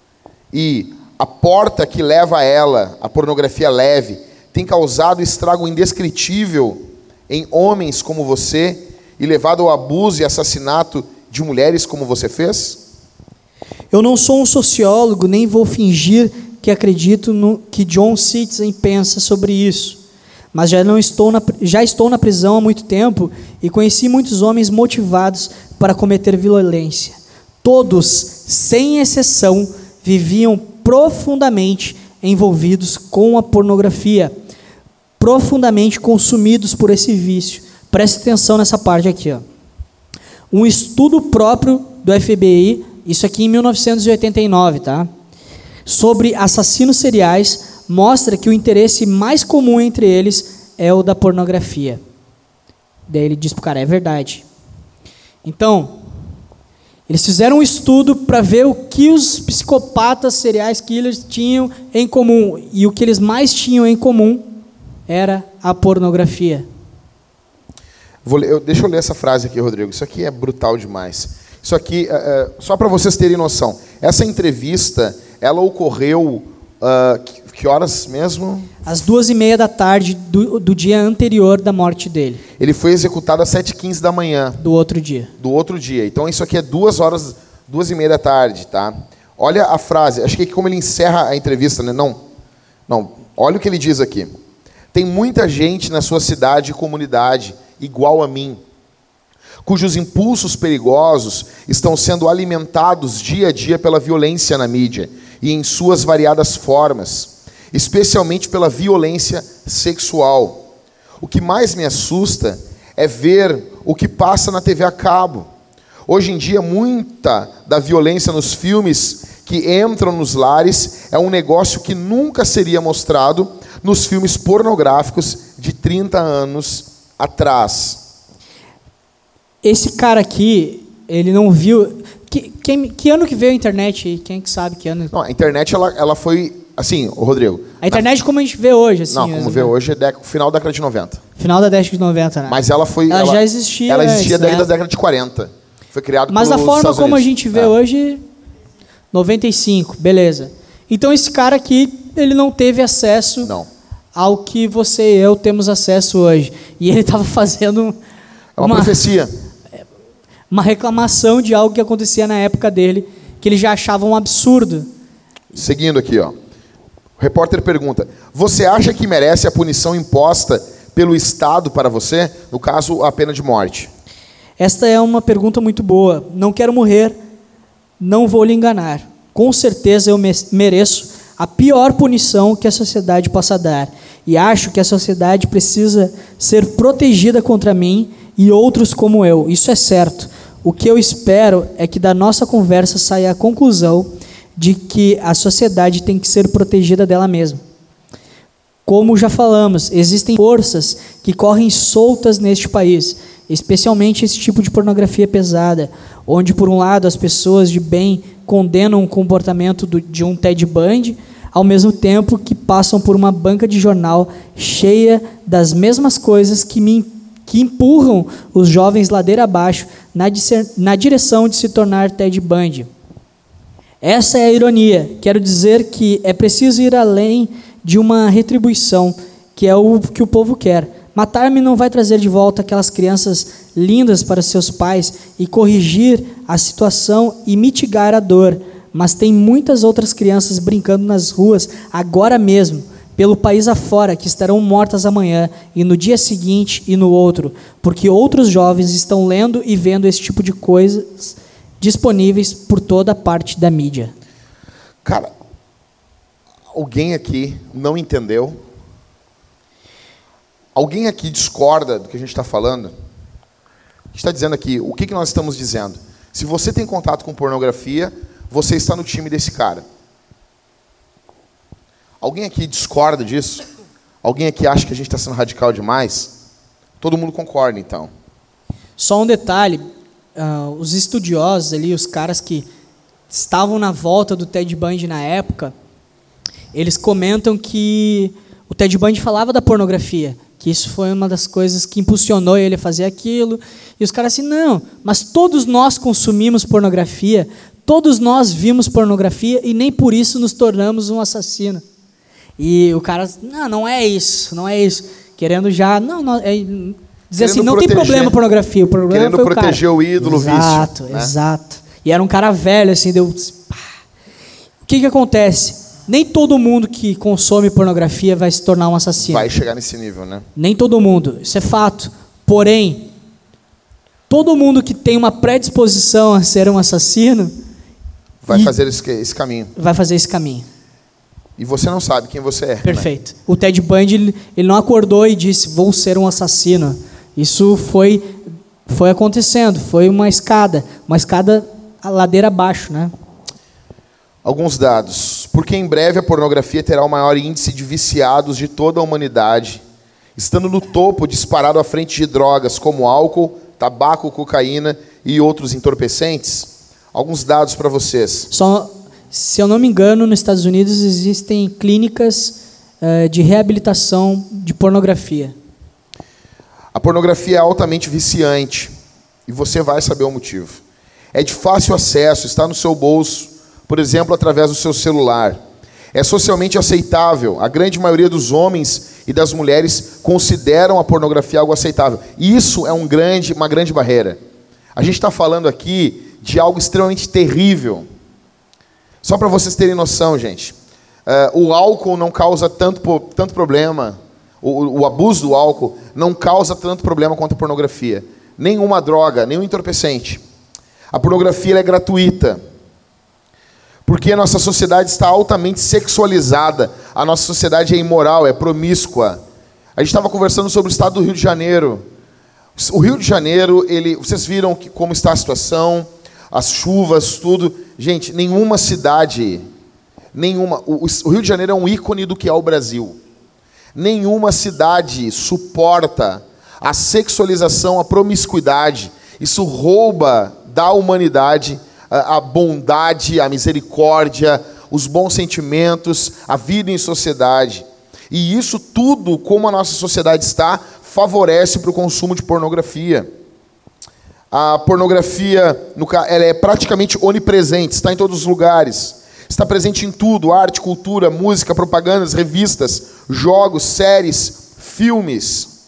e a porta que leva a ela, a pornografia leve, tem causado estrago indescritível em homens como você e levado ao abuso e assassinato de mulheres como você fez? Eu não sou um sociólogo, nem vou fingir que acredito no que John Citizen pensa sobre isso. Mas já, não estou na, já estou na prisão há muito tempo e conheci muitos homens motivados para cometer violência. Todos, sem exceção, viviam profundamente envolvidos com a pornografia, profundamente consumidos por esse vício. Preste atenção nessa parte aqui, ó. Um estudo próprio do F B I, isso aqui em mil novecentos e oitenta e nove, tá? Sobre assassinos seriais, mostra que o interesse mais comum entre eles é o da pornografia. Daí ele diz pro cara: é verdade. Então, eles fizeram um estudo para ver o que os psicopatas seriais killers tinham em comum. E o que eles mais tinham em comum era a pornografia. Vou ler, eu, deixa eu ler essa frase aqui, Rodrigo. Isso aqui é brutal demais. Isso aqui, é, é, só para vocês terem noção. Essa entrevista, ela ocorreu... Uh, que, que horas mesmo? Às duas e meia da tarde do, do dia anterior da morte dele. Ele foi executado às sete e quinze da manhã. Do outro dia. Do outro dia. Então isso aqui é duas horas, duas e meia da tarde, tá? Olha a frase. Acho que é como ele encerra a entrevista, né? Não, não. Olha o que ele diz aqui. Tem muita gente na sua cidade e comunidade igual a mim, cujos impulsos perigosos estão sendo alimentados dia a dia pela violência na mídia e em suas variadas formas, especialmente pela violência sexual. O que mais me assusta é ver o que passa na T V a cabo. Hoje em dia, muita da violência nos filmes que entram nos lares é um negócio que nunca seria mostrado nos filmes pornográficos de trinta anos atrás. Esse cara aqui, ele não viu... Que, que, que ano que veio a internet? Quem é que sabe que ano? Não, a internet, ela, ela foi... Assim, o Rodrigo... A internet na... como a gente vê hoje, assim. Não, como mesmo, vê né? hoje é dec... final da década de noventa. Final da década de noventa, né? Mas ela foi... Ela, ela já existia Ela existia antes, desde né? a década de quarenta. Foi criado Mas da pelos forma Estados como a Unidos. gente vê é. hoje, noventa e cinco, beleza. Então esse cara aqui, ele não teve acesso Não. ao que você e eu temos acesso hoje. E ele estava fazendo É uma, uma, profecia. uma reclamação de algo que acontecia na época dele, que ele já achava um absurdo. Seguindo aqui, ó. O repórter pergunta: você acha que merece a punição imposta pelo Estado para você? No caso, a pena de morte. Esta é uma pergunta muito boa. Não quero morrer, não vou lhe enganar. Com certeza eu me- mereço a pior punição que a sociedade possa dar. E acho que a sociedade precisa ser protegida contra mim e outros como eu. Isso é certo. O que eu espero é que da nossa conversa saia a conclusão de que a sociedade tem que ser protegida dela mesma. Como já falamos, existem forças que correm soltas neste país, especialmente esse tipo de pornografia pesada, onde, por um lado, as pessoas de bem condenam o comportamento do, de um Ted Bundy, ao mesmo tempo que passam por uma banca de jornal cheia das mesmas coisas que, me, que empurram os jovens ladeira abaixo na, na direção de se tornar Ted Bundy. Essa é a ironia. Quero dizer que é preciso ir além de uma retribuição, que é o que o povo quer. Matar-me não vai trazer de volta aquelas crianças lindas para seus pais e corrigir a situação e mitigar a dor, mas tem muitas outras crianças brincando nas ruas agora mesmo, pelo país afora, que estarão mortas amanhã e no dia seguinte e no outro, porque outros jovens estão lendo e vendo esse tipo de coisas disponíveis por toda parte da mídia. Cara, alguém aqui não entendeu? Alguém aqui discorda do que a gente está falando? A gente está dizendo aqui, o que, que nós estamos dizendo? Se você tem contato com pornografia, você está no time desse cara. Alguém aqui discorda disso? Alguém aqui acha que a gente está sendo radical demais? Todo mundo concorda, então. Só um detalhe, uh, os estudiosos ali, os caras que estavam na volta do Ted Bundy na época, eles comentam que o Ted Bundy falava da pornografia, que isso foi uma das coisas que impulsionou ele a fazer aquilo, e os caras assim, não, mas todos nós consumimos pornografia, todos nós vimos pornografia e nem por isso nos tornamos um assassino. E o cara, não, não é isso, não é isso, querendo já, não, não é, dizer assim, não proteger, tem problema pornografia, o problema querendo foi o cara. proteger o ídolo, o vício. Exato, né? exato. E era um cara velho, assim, deu... O que que acontece? Nem todo mundo que consome pornografia vai se tornar um assassino. Vai chegar nesse nível, né? Nem todo mundo, isso é fato. Porém, todo mundo que tem uma predisposição a ser um assassino... Vai fazer esse, esse caminho. Vai fazer esse caminho. E você não sabe quem você é. Perfeito. Né? O Ted Bundy, ele, ele não acordou e disse, vou ser um assassino. Isso foi, foi acontecendo, foi uma escada, uma escada a ladeira abaixo, né? Alguns dados. Porque em breve a pornografia terá o maior índice de viciados de toda a humanidade, estando no topo, disparado à frente de drogas como álcool, tabaco, cocaína e outros entorpecentes. Alguns dados para vocês. Só, se eu não me engano, nos Estados Unidos existem clínicas uh, de reabilitação de pornografia. A pornografia é altamente viciante e você vai saber o motivo. É de fácil acesso, está no seu bolso, por exemplo, através do seu celular. É socialmente aceitável. A grande maioria dos homens e das mulheres consideram a pornografia algo aceitável. E isso é um grande, uma grande barreira. A gente está falando aqui de algo extremamente terrível. Só para vocês terem noção, gente. Uh, o álcool não causa tanto, tanto problema. O, o abuso do álcool não causa tanto problema quanto a pornografia. Nenhuma droga, nenhum entorpecente. A pornografia ela é gratuita. Porque a nossa sociedade está altamente sexualizada. A nossa sociedade é imoral, é promíscua. A gente estava conversando sobre o estado do Rio de Janeiro. O Rio de Janeiro, ele, vocês viram que, como está a situação, as chuvas, tudo. Gente, nenhuma cidade, nenhuma. O, o Rio de Janeiro é um ícone do que é o Brasil. Nenhuma cidade suporta a sexualização, a promiscuidade. Isso rouba da humanidade a bondade, a misericórdia, os bons sentimentos, a vida em sociedade. E isso tudo, como a nossa sociedade está, favorece para o consumo de pornografia. A pornografia, ela é praticamente onipresente, está em todos os lugares. Está presente em tudo: arte, cultura, música, propagandas, revistas, jogos, séries, filmes.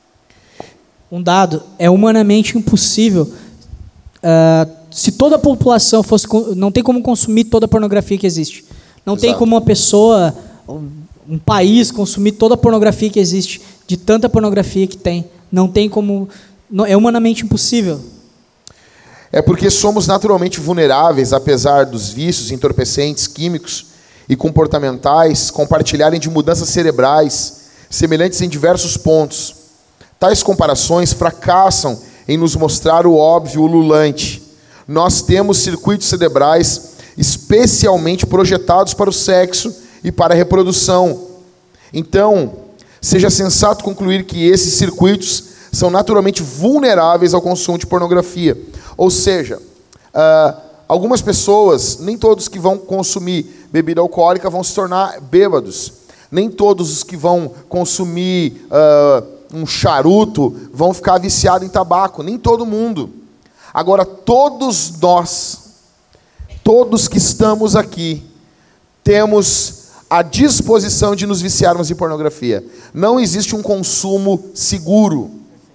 Um dado: é humanamente impossível... Uh, se toda a população fosse... Não tem como consumir toda a pornografia que existe. Não Exato. Tem como uma pessoa, um país, consumir toda a pornografia que existe, de tanta pornografia que tem. Não tem como... É humanamente impossível. É porque somos naturalmente vulneráveis, apesar dos vícios, entorpecentes, químicos e comportamentais compartilharem de mudanças cerebrais semelhantes em diversos pontos. Tais comparações fracassam em nos mostrar o óbvio ululante. Nós temos circuitos cerebrais especialmente projetados para o sexo e para a reprodução. Então, seja sensato concluir que esses circuitos são naturalmente vulneráveis ao consumo de pornografia. Ou seja, uh, algumas pessoas, nem todos que vão consumir bebida alcoólica vão se tornar bêbados. Nem todos os que vão consumir uh, um charuto vão ficar viciados em tabaco. Nem todo mundo. Agora, todos nós, todos que estamos aqui, temos a disposição de nos viciarmos em pornografia. Não existe um consumo seguro.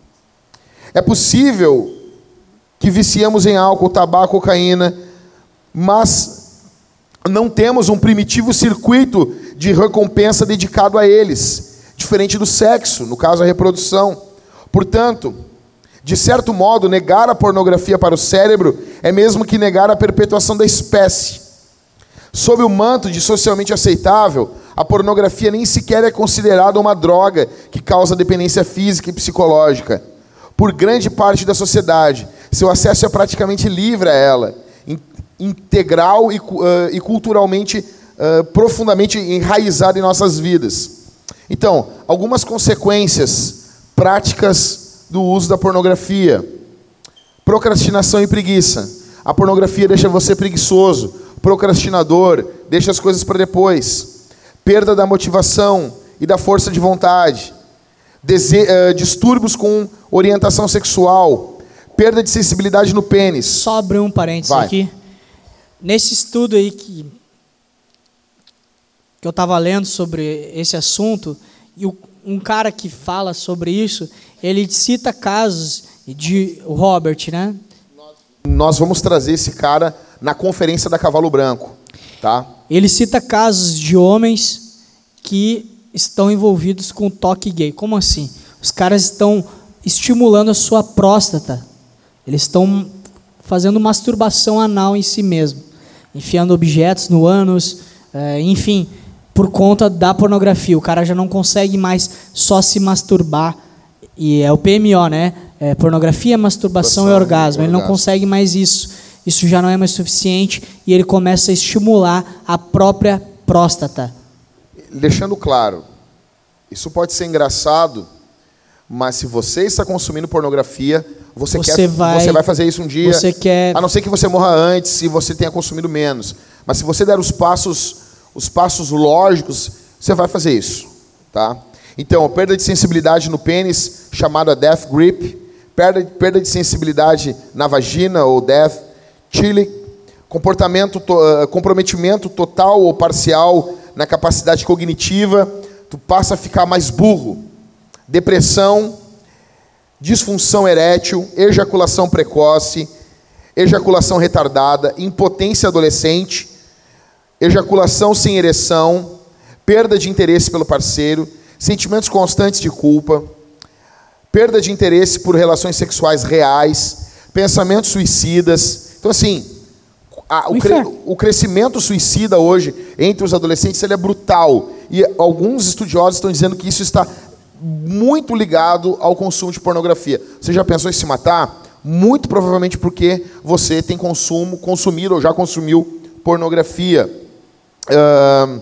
É possível que viciemos em álcool, tabaco, cocaína, mas não temos um primitivo circuito de recompensa dedicado a eles, diferente do sexo, no caso a reprodução. Portanto, de certo modo, negar a pornografia para o cérebro é mesmo que negar a perpetuação da espécie. Sob o manto de socialmente aceitável, a pornografia nem sequer é considerada uma droga que causa dependência física e psicológica. Por grande parte da sociedade, seu acesso é praticamente livre a ela, integral e, uh, e culturalmente uh, profundamente enraizado em nossas vidas. Então, algumas consequências práticas do uso da pornografia. Procrastinação e preguiça. A pornografia deixa você preguiçoso, procrastinador, deixa as coisas para depois. Perda da motivação e da força de vontade. Dese- uh, distúrbios com orientação sexual. Perda de sensibilidade no pênis. Só abrir um parênteses Vai. aqui. Nesse estudo aí que, que eu estava lendo sobre esse assunto, e o, um cara que fala sobre isso, ele cita casos de o Robert, né? Nós vamos trazer esse cara na conferência da Cavalo Branco, tá? Ele cita casos de homens que estão envolvidos com toque gay. Como assim? Os caras estão estimulando a sua próstata. Eles estão fazendo masturbação anal em si mesmo, enfiando objetos no ânus, é, enfim, por conta da pornografia. O cara já não consegue mais só se masturbar. E é o P M O, né? É pornografia, masturbação Masturbação, e orgasmo. Ele não orgasmo. consegue mais isso. Isso já não é mais suficiente e ele começa a estimular a própria próstata. Deixando claro, isso pode ser engraçado, mas se você está consumindo pornografia, você, você, quer, vai, você vai fazer isso um dia, você quer... a não ser que você morra antes e você tenha consumido menos. Mas se você der os passos, os passos lógicos, você vai fazer isso, tá? Então, perda de sensibilidade no pênis, chamada death grip, perda, perda de sensibilidade na vagina, ou death chili, comportamento, to, uh, comprometimento total ou parcial na capacidade cognitiva, tu passa a ficar mais burro, depressão, disfunção erétil, ejaculação precoce, ejaculação retardada, impotência adolescente, ejaculação sem ereção, perda de interesse pelo parceiro, sentimentos constantes de culpa, perda de interesse por relações sexuais reais, pensamentos suicidas. Então, assim, a, o, cre, o crescimento suicida hoje entre os adolescentes ele é brutal. E alguns estudiosos estão dizendo que isso está muito ligado ao consumo de pornografia. Você já pensou em se matar? Muito provavelmente porque você tem consumo, consumido ou já consumiu pornografia. Uh,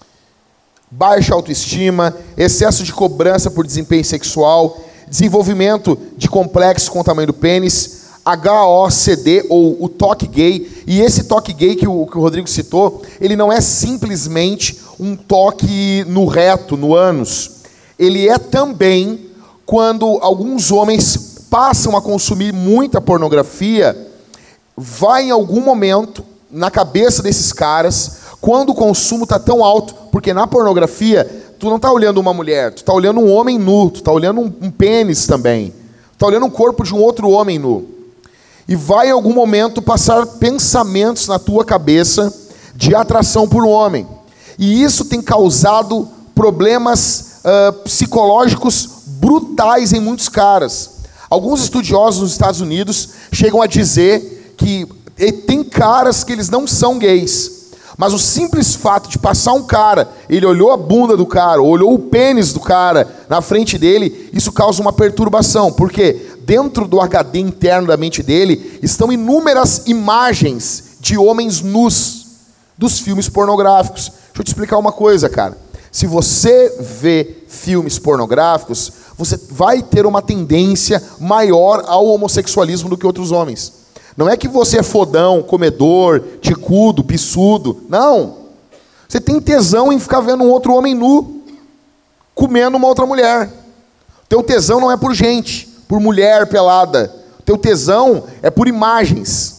baixa autoestima, excesso de cobrança por desempenho sexual, desenvolvimento de complexo com o tamanho do pênis, H O C D, ou o toque gay. E esse toque gay que o, que o Rodrigo citou, ele não é simplesmente um toque no reto, no ânus. Ele é também quando alguns homens passam a consumir muita pornografia, vai em algum momento na cabeça desses caras, quando o consumo está tão alto, porque na pornografia, tu não está olhando uma mulher, tu está olhando um homem nu, tu está olhando um, um pênis também, tu está olhando um corpo de um outro homem nu. E vai em algum momento passar pensamentos na tua cabeça de atração por um homem. E isso tem causado problemas uh, psicológicos brutais em muitos caras. Alguns estudiosos nos Estados Unidos chegam a dizer que tem caras que eles não são gays, mas o simples fato de passar um cara, ele olhou a bunda do cara, olhou o pênis do cara na frente dele, isso causa uma perturbação, porque dentro do H D interno da mente dele estão inúmeras imagens de homens nus dos filmes pornográficos. Deixa eu te explicar uma coisa, cara. Se você vê filmes pornográficos, você vai ter uma tendência maior ao homossexualismo do que outros homens. Não é que você é fodão, comedor, ticudo, pissudo. Não. Você tem tesão em ficar vendo um outro homem nu comendo uma outra mulher. Teu tesão não é por gente, por mulher pelada. Teu tesão é por imagens.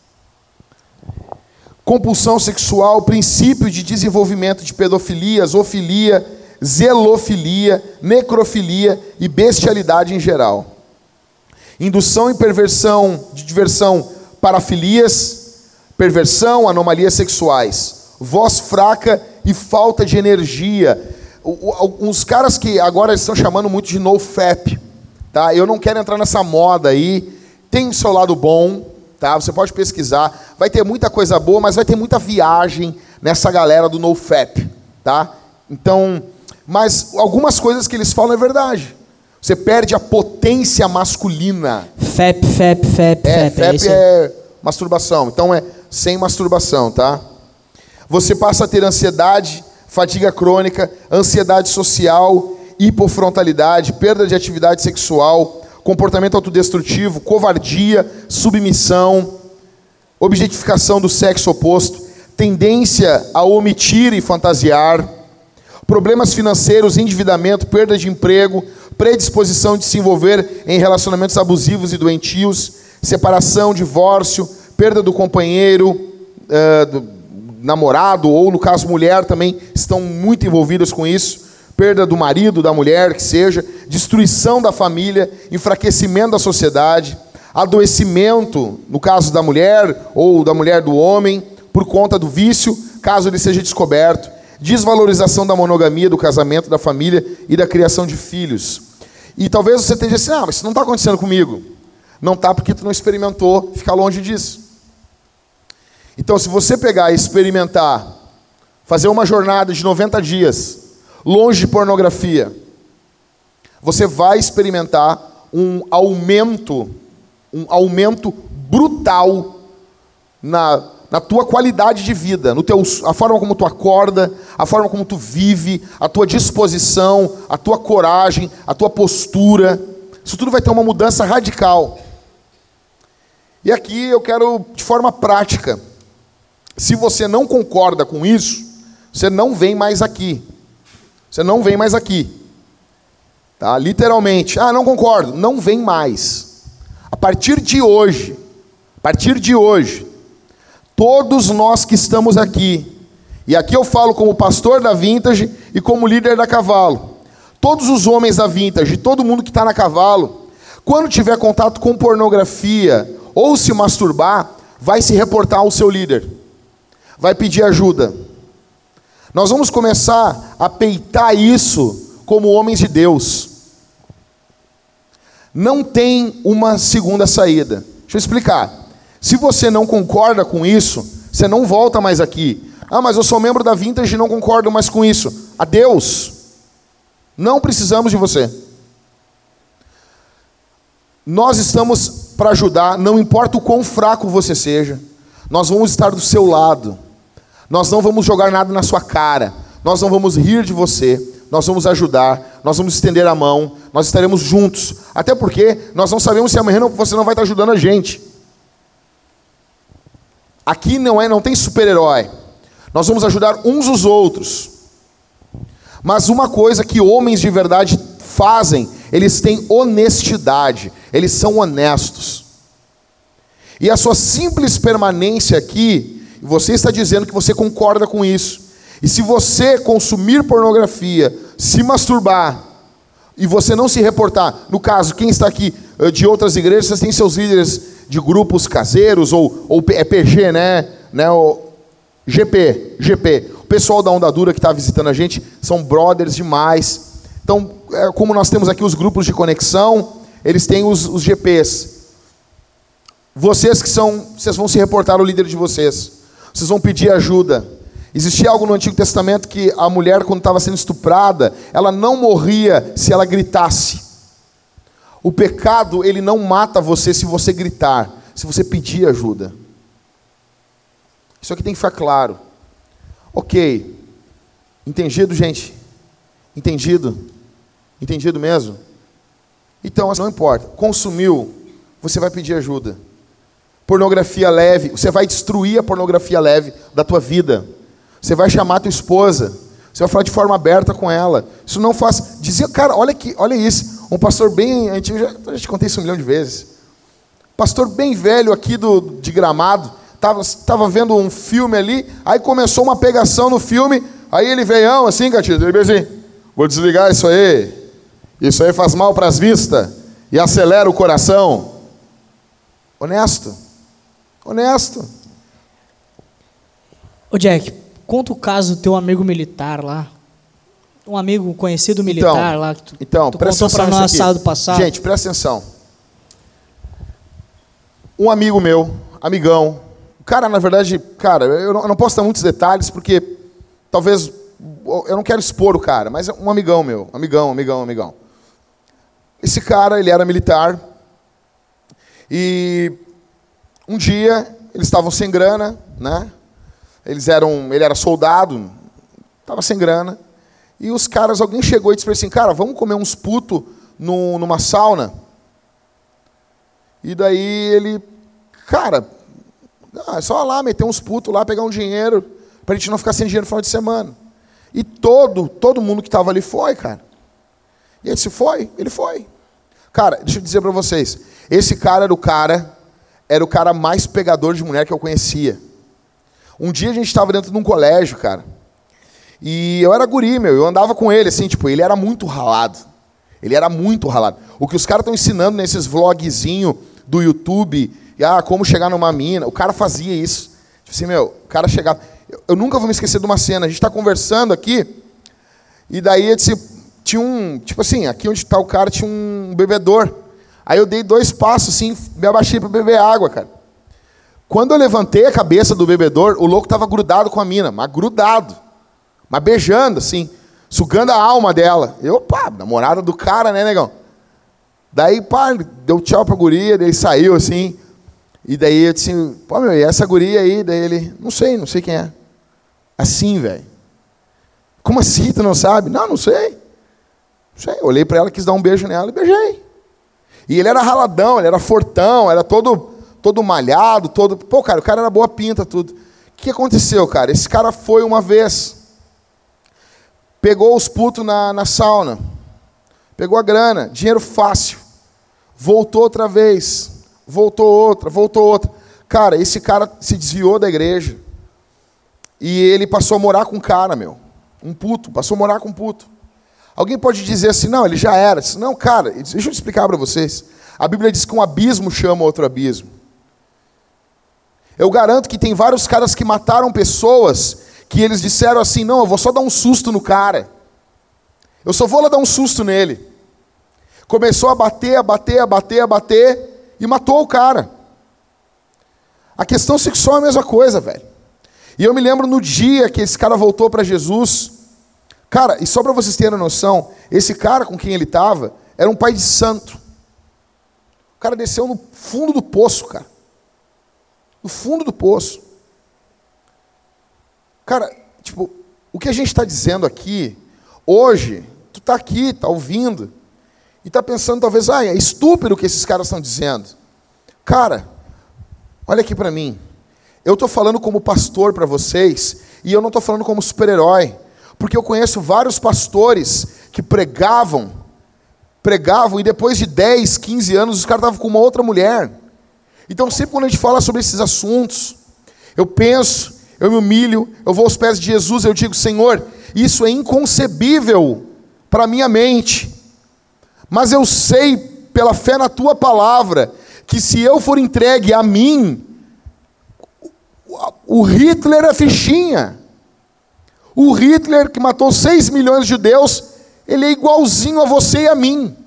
Compulsão sexual, princípio de desenvolvimento de pedofilia, zoofilia, zelofilia, necrofilia e bestialidade em geral. Indução e perversão de diversão, parafilias, perversão, anomalias sexuais, voz fraca e falta de energia. Uns caras que agora estão chamando muito de nofap, tá? Eu não quero entrar nessa moda aí, tem o seu lado bom, tá? Você pode pesquisar, vai ter muita coisa boa, mas vai ter muita viagem nessa galera do nofap, tá? Então, mas algumas coisas que eles falam é verdade. Você perde a potência masculina. Fap, fap, fap, é, fap. Fap é, é masturbação. Então é sem masturbação, tá? Você passa a ter ansiedade, fadiga crônica, ansiedade social, hipofrontalidade, perda de atividade sexual, comportamento autodestrutivo, covardia, submissão, objetificação do sexo oposto, tendência a omitir e fantasiar, problemas financeiros, endividamento, perda de emprego, predisposição de se envolver em relacionamentos abusivos e doentios, separação, divórcio, perda do companheiro, uh, do namorado, ou no caso mulher também estão muito envolvidas com isso, perda do marido, da mulher, que seja, destruição da família, enfraquecimento da sociedade, adoecimento, no caso da mulher ou da mulher do homem, por conta do vício, caso ele seja descoberto, desvalorização da monogamia, do casamento, da família e da criação de filhos. E talvez você esteja assim, ah, mas isso não está acontecendo comigo. Não está porque tu não experimentou ficar longe disso. Então, se você pegar e experimentar, fazer uma jornada de noventa dias, longe de pornografia, você vai experimentar um aumento, um aumento brutal na na tua qualidade de vida, no teu, a forma como tu acorda, a forma como tu vive, a tua disposição, a tua coragem, a tua postura. Isso tudo vai ter uma mudança radical. E aqui eu quero, de forma prática, se você não concorda com isso, você não vem mais aqui. Você não vem mais aqui. Tá? Literalmente. Ah, não concordo. Não vem mais. A partir de hoje, a partir de hoje, todos nós que estamos aqui, e aqui eu falo como pastor da Vintage e como líder da Cavalo, todos os homens da Vintage, todo mundo que está na Cavalo, quando tiver contato com pornografia ou se masturbar, vai se reportar ao seu líder. Vai pedir ajuda. Nós vamos começar a peitar isso como homens de Deus. Não tem uma segunda saída. Deixa eu explicar. Se você não concorda com isso, você não volta mais aqui. Ah, mas eu sou membro da Vintage e não concordo mais com isso. Adeus. Não precisamos de você. Nós estamos para ajudar, não importa o quão fraco você seja. Nós vamos estar do seu lado. Nós não vamos jogar nada na sua cara. Nós não vamos rir de você. Nós vamos ajudar. Nós vamos estender a mão. Nós estaremos juntos. Até porque nós não sabemos se amanhã você não vai estar ajudando a gente. Aqui não é, não tem super-herói. Nós vamos ajudar uns os outros. Mas uma coisa que homens de verdade fazem, eles têm honestidade. Eles são honestos. E a sua simples permanência aqui, você está dizendo que você concorda com isso. E se você consumir pornografia, se masturbar, e você não se reportar, no caso, quem está aqui de outras igrejas, vocês têm seus líderes de grupos caseiros, ou, ou é P G, né? né? O G P, G P. O pessoal da Onda Dura que está visitando a gente, são brothers demais. Então, é, como nós temos aqui os grupos de conexão, eles têm os, os G Ps. Vocês que são, vocês vão se reportar ao líder de vocês. Vocês vão pedir ajuda. Existia algo no Antigo Testamento que a mulher, quando estava sendo estuprada, ela não morria se ela gritasse. O pecado, ele não mata você se você gritar, se você pedir ajuda. Isso aqui tem que ficar claro. Ok. Entendido, gente? Entendido? Entendido mesmo? Então, não importa. Consumiu, você vai pedir ajuda. Pornografia leve, você vai destruir a pornografia leve da tua vida. Você vai chamar a tua esposa, você vai falar de forma aberta com ela. Isso não faz... Dizer, cara, olha, aqui, olha isso. Um pastor bem antigo, já, já te contei isso um milhão de vezes. Pastor bem velho aqui do, de Gramado, estava tava vendo um filme ali, aí começou uma pegação no filme, aí ele veio assim, Catito, ele veio assim, vou desligar isso aí, isso aí faz mal para as vistas e acelera o coração. Honesto. Honesto. Ô Jack, conta o caso do teu amigo militar lá. Um amigo conhecido militar então, lá. Que tu, então, tu presta contou atenção para nós sábado passado. Gente, presta atenção. Um amigo meu, amigão. O cara, na verdade, cara, eu não, eu não posso dar muitos detalhes, porque talvez... Eu não quero expor o cara, mas é um amigão meu. Amigão, amigão, amigão. Esse cara, ele era militar. E... Um dia, eles estavam sem grana, né? Eles eram, ele era soldado, estava sem grana. E os caras, alguém chegou e disse para ele assim, cara, vamos comer uns putos no, numa sauna? E daí ele, cara, é só lá, meter uns putos lá, pegar um dinheiro, para a gente não ficar sem dinheiro no final de semana. E todo, todo mundo que estava ali foi, cara. E ele disse, foi? Ele foi. Cara, deixa eu dizer para vocês, esse cara era o cara... Era o cara mais pegador de mulher que eu conhecia. Um dia a gente estava dentro de um colégio, cara. E eu era guri, meu. Eu andava com ele, assim, tipo, ele era muito ralado. Ele era muito ralado. O que os caras estão ensinando nesses vlogzinhos do YouTube, ah, como chegar numa mina, o cara fazia isso. Tipo assim, meu, o cara chegava... Eu, eu nunca vou me esquecer de uma cena. A gente está conversando aqui, e daí eu disse, tinha um... Tipo assim, aqui onde está o cara tinha um bebedor. Aí eu dei dois passos, assim, me abaixei para beber água, cara. Quando eu levantei a cabeça do bebedor, o louco estava grudado com a mina, mas grudado. Mas beijando, assim, sugando a alma dela. Eu, pá, namorada do cara, né, negão? Daí, pá, deu tchau pra guria, daí saiu, assim. E daí eu disse, pô, meu, e essa guria aí? Daí ele, não sei, não sei quem é. Assim, velho. Como assim, tu não sabe? Não, não sei. Não sei. Olhei para ela, quis dar um beijo nela e beijei. E ele era raladão, ele era fortão, era todo, todo malhado, todo... Pô, cara, o cara era boa pinta, tudo. O que aconteceu, cara? Esse cara foi uma vez, pegou os putos na, na sauna, Pegou a grana, dinheiro fácil. Voltou outra vez. Voltou outra, voltou outra. Cara, esse cara se desviou da igreja. E ele passou a morar com um cara, meu. Um puto, passou a morar com um puto. Alguém pode dizer assim, não, ele já era. Não, cara, deixa eu explicar para vocês. A Bíblia diz que um abismo chama outro abismo. Eu garanto que tem vários caras que mataram pessoas que eles disseram assim, não, eu vou só dar um susto no cara. Eu só vou lá dar um susto nele. Começou a bater, a bater, a bater, a bater e matou o cara. A questão sexual é a mesma coisa, velho. E eu me lembro no dia que esse cara voltou para Jesus. Cara, e só para vocês terem noção, esse cara com quem ele estava era um pai de santo. O cara desceu no fundo do poço, cara. No fundo do poço. Cara, tipo, o que a gente está dizendo aqui, hoje, tu está aqui, está ouvindo, e está pensando talvez, ah, é estúpido o que esses caras estão dizendo. Cara, olha aqui para mim. Eu estou falando como pastor para vocês, e eu não estou falando como super-herói, porque eu conheço vários pastores que pregavam, pregavam, e depois de dez, quinze anos, os caras estavam com uma outra mulher. Então, sempre quando a gente fala sobre esses assuntos, eu penso, eu me humilho, eu vou aos pés de Jesus, eu digo, Senhor, isso é inconcebível para a minha mente, mas eu sei, pela fé na Tua palavra, que se eu for entregue a mim, o Hitler é fichinha. O Hitler, que matou seis milhões de judeus, ele é igualzinho a você e a mim.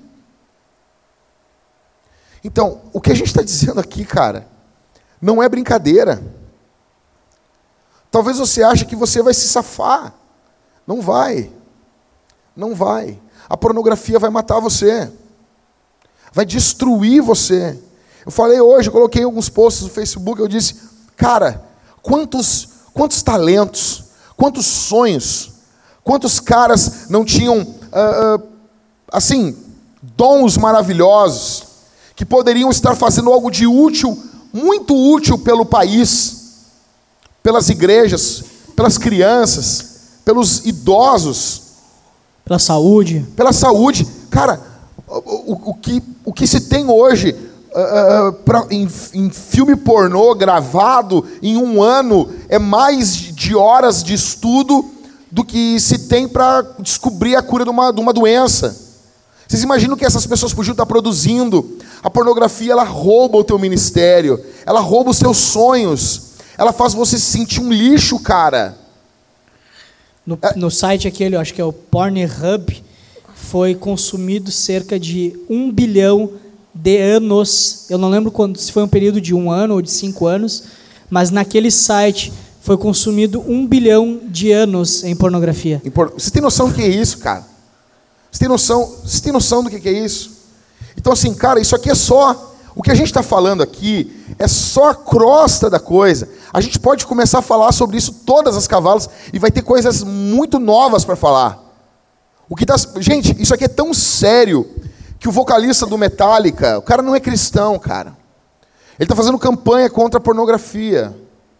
Então, o que a gente está dizendo aqui, cara, não é brincadeira. Talvez você ache que você vai se safar. Não vai. Não vai. A pornografia vai matar você. Vai destruir você. Eu falei hoje, eu coloquei alguns posts no Facebook, eu disse, cara, quantos, quantos talentos, quantos sonhos, quantos caras não tinham, uh, uh, assim, dons maravilhosos, que poderiam estar fazendo algo de útil, muito útil pelo país, pelas igrejas, pelas crianças, pelos idosos. Pela saúde. Pela saúde. Cara, o, o, o, que, o que se tem hoje uh, uh, pra, em, em filme pornô gravado em um ano é mais de horas de estudo do que se tem para descobrir a cura de uma, de uma doença. Vocês imaginam que essas pessoas podiam estar produzindo? A pornografia, ela rouba o teu ministério, ela rouba os teus sonhos, ela faz você se sentir um lixo, cara. No, no site aquele, eu acho que é o Pornhub, foi consumido cerca de um bilhão de anos. Eu não lembro quando, se foi um período de um ano ou de cinco anos, mas naquele site foi consumido um bilhão de anos em pornografia. Você tem noção do que é isso, cara? Você tem noção, você tem noção do que é isso? Então assim, cara, isso aqui é só... O que a gente está falando aqui é só a crosta da coisa. A gente pode começar a falar sobre isso todas as cavalas e vai ter coisas muito novas para falar. O que tá... Gente, isso aqui é tão sério que o vocalista do Metallica, o cara não é cristão, cara. Ele está fazendo campanha contra a pornografia.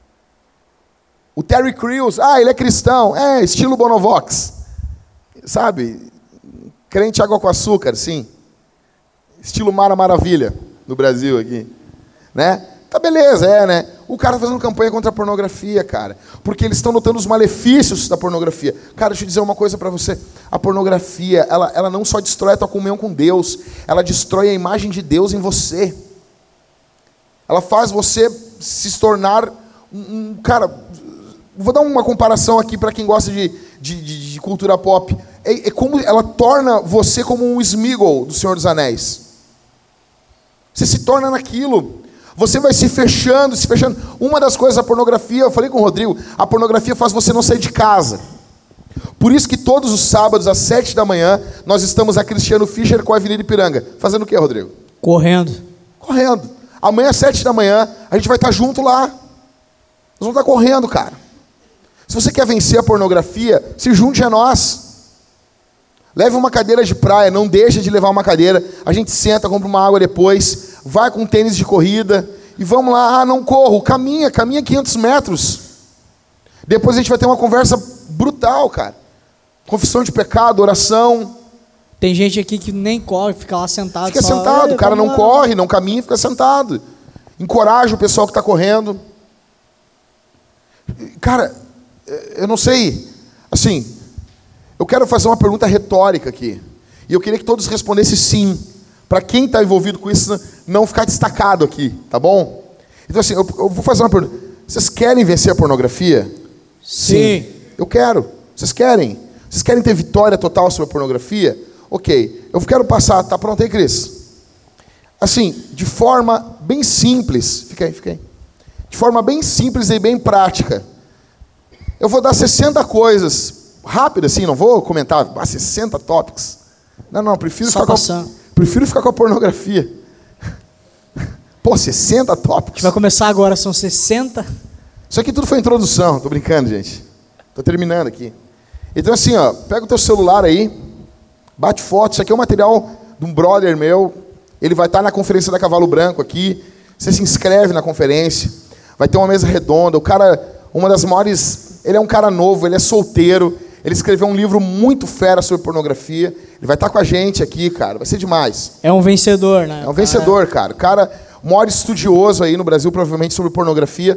O Terry Crews, ah, ele é cristão, é, estilo Bonovox. Sabe... Crente água com açúcar, sim. Estilo Mara Maravilha, no Brasil aqui. Né? Tá beleza, é, né? O cara tá fazendo campanha contra a pornografia, cara. Porque eles estão notando os malefícios da pornografia. Cara, deixa eu dizer uma coisa pra você. A pornografia, ela, ela não só destrói a tua comunhão com Deus, ela destrói a imagem de Deus em você. Ela faz você se tornar um... um cara, vou dar uma comparação aqui para quem gosta de, de, de, de cultura pop. É, é como ela torna você como um Sméagol do Senhor dos Anéis. Você se torna naquilo. Você vai se fechando, se fechando. Uma das coisas da pornografia, eu falei com o Rodrigo, a pornografia faz você não sair de casa. Por isso que todos os sábados, às sete da manhã, nós estamos a Cristiano Fischer com a Avenida Ipiranga. Fazendo o quê, Rodrigo? Correndo. Correndo. Amanhã, às sete da manhã, a gente vai estar junto lá. Nós vamos estar correndo, cara. Se você quer vencer a pornografia, se junte a nós. Leve uma cadeira de praia, não deixa de levar uma cadeira. A gente senta, compra uma água depois, vai com tênis de corrida e vamos lá. Ah, não corro, caminha, caminha quinhentos metros. Depois a gente vai ter uma conversa brutal, cara. Confissão de pecado, oração. Tem gente aqui que nem corre, fica lá sentado. Fica só, sentado, o cara não lá. corre, não caminha, fica sentado. Encoraja o pessoal que está correndo. Cara, eu não sei, assim, eu quero fazer uma pergunta retórica aqui. E eu queria que todos respondessem sim. Para quem está envolvido com isso, não ficar destacado aqui, tá bom? Então assim, eu, eu vou fazer uma pergunta. Vocês querem vencer a pornografia? Sim. Sim. Eu quero. Vocês querem? Vocês querem ter vitória total sobre a pornografia? Ok. Eu quero passar, tá pronto aí, Cris? Assim, de forma bem simples. Fica aí, fica aí. De forma bem simples e bem prática. Eu vou dar sessenta coisas, rápido assim, não vou comentar, ah, sessenta tópicos. Não, não, prefiro Só ficar, passando. com a, prefiro ficar com a pornografia. Pô, sessenta A tópicos. gente vai começar agora, são sessenta. Isso aqui tudo foi introdução, tô brincando, gente. Tô terminando aqui. Então assim, ó, pega o teu celular aí, bate foto, isso aqui é um material de um brother meu, ele vai estar na conferência da Cavalo Branco aqui, você se inscreve na conferência, vai ter uma mesa redonda, o cara, uma das maiores, ele é um cara novo, ele é solteiro, ele escreveu um livro muito fera sobre pornografia, ele vai estar com a gente aqui, cara, vai ser demais. É um vencedor, né? É um vencedor, cara. O cara, o maior estudioso aí no Brasil, provavelmente, sobre pornografia.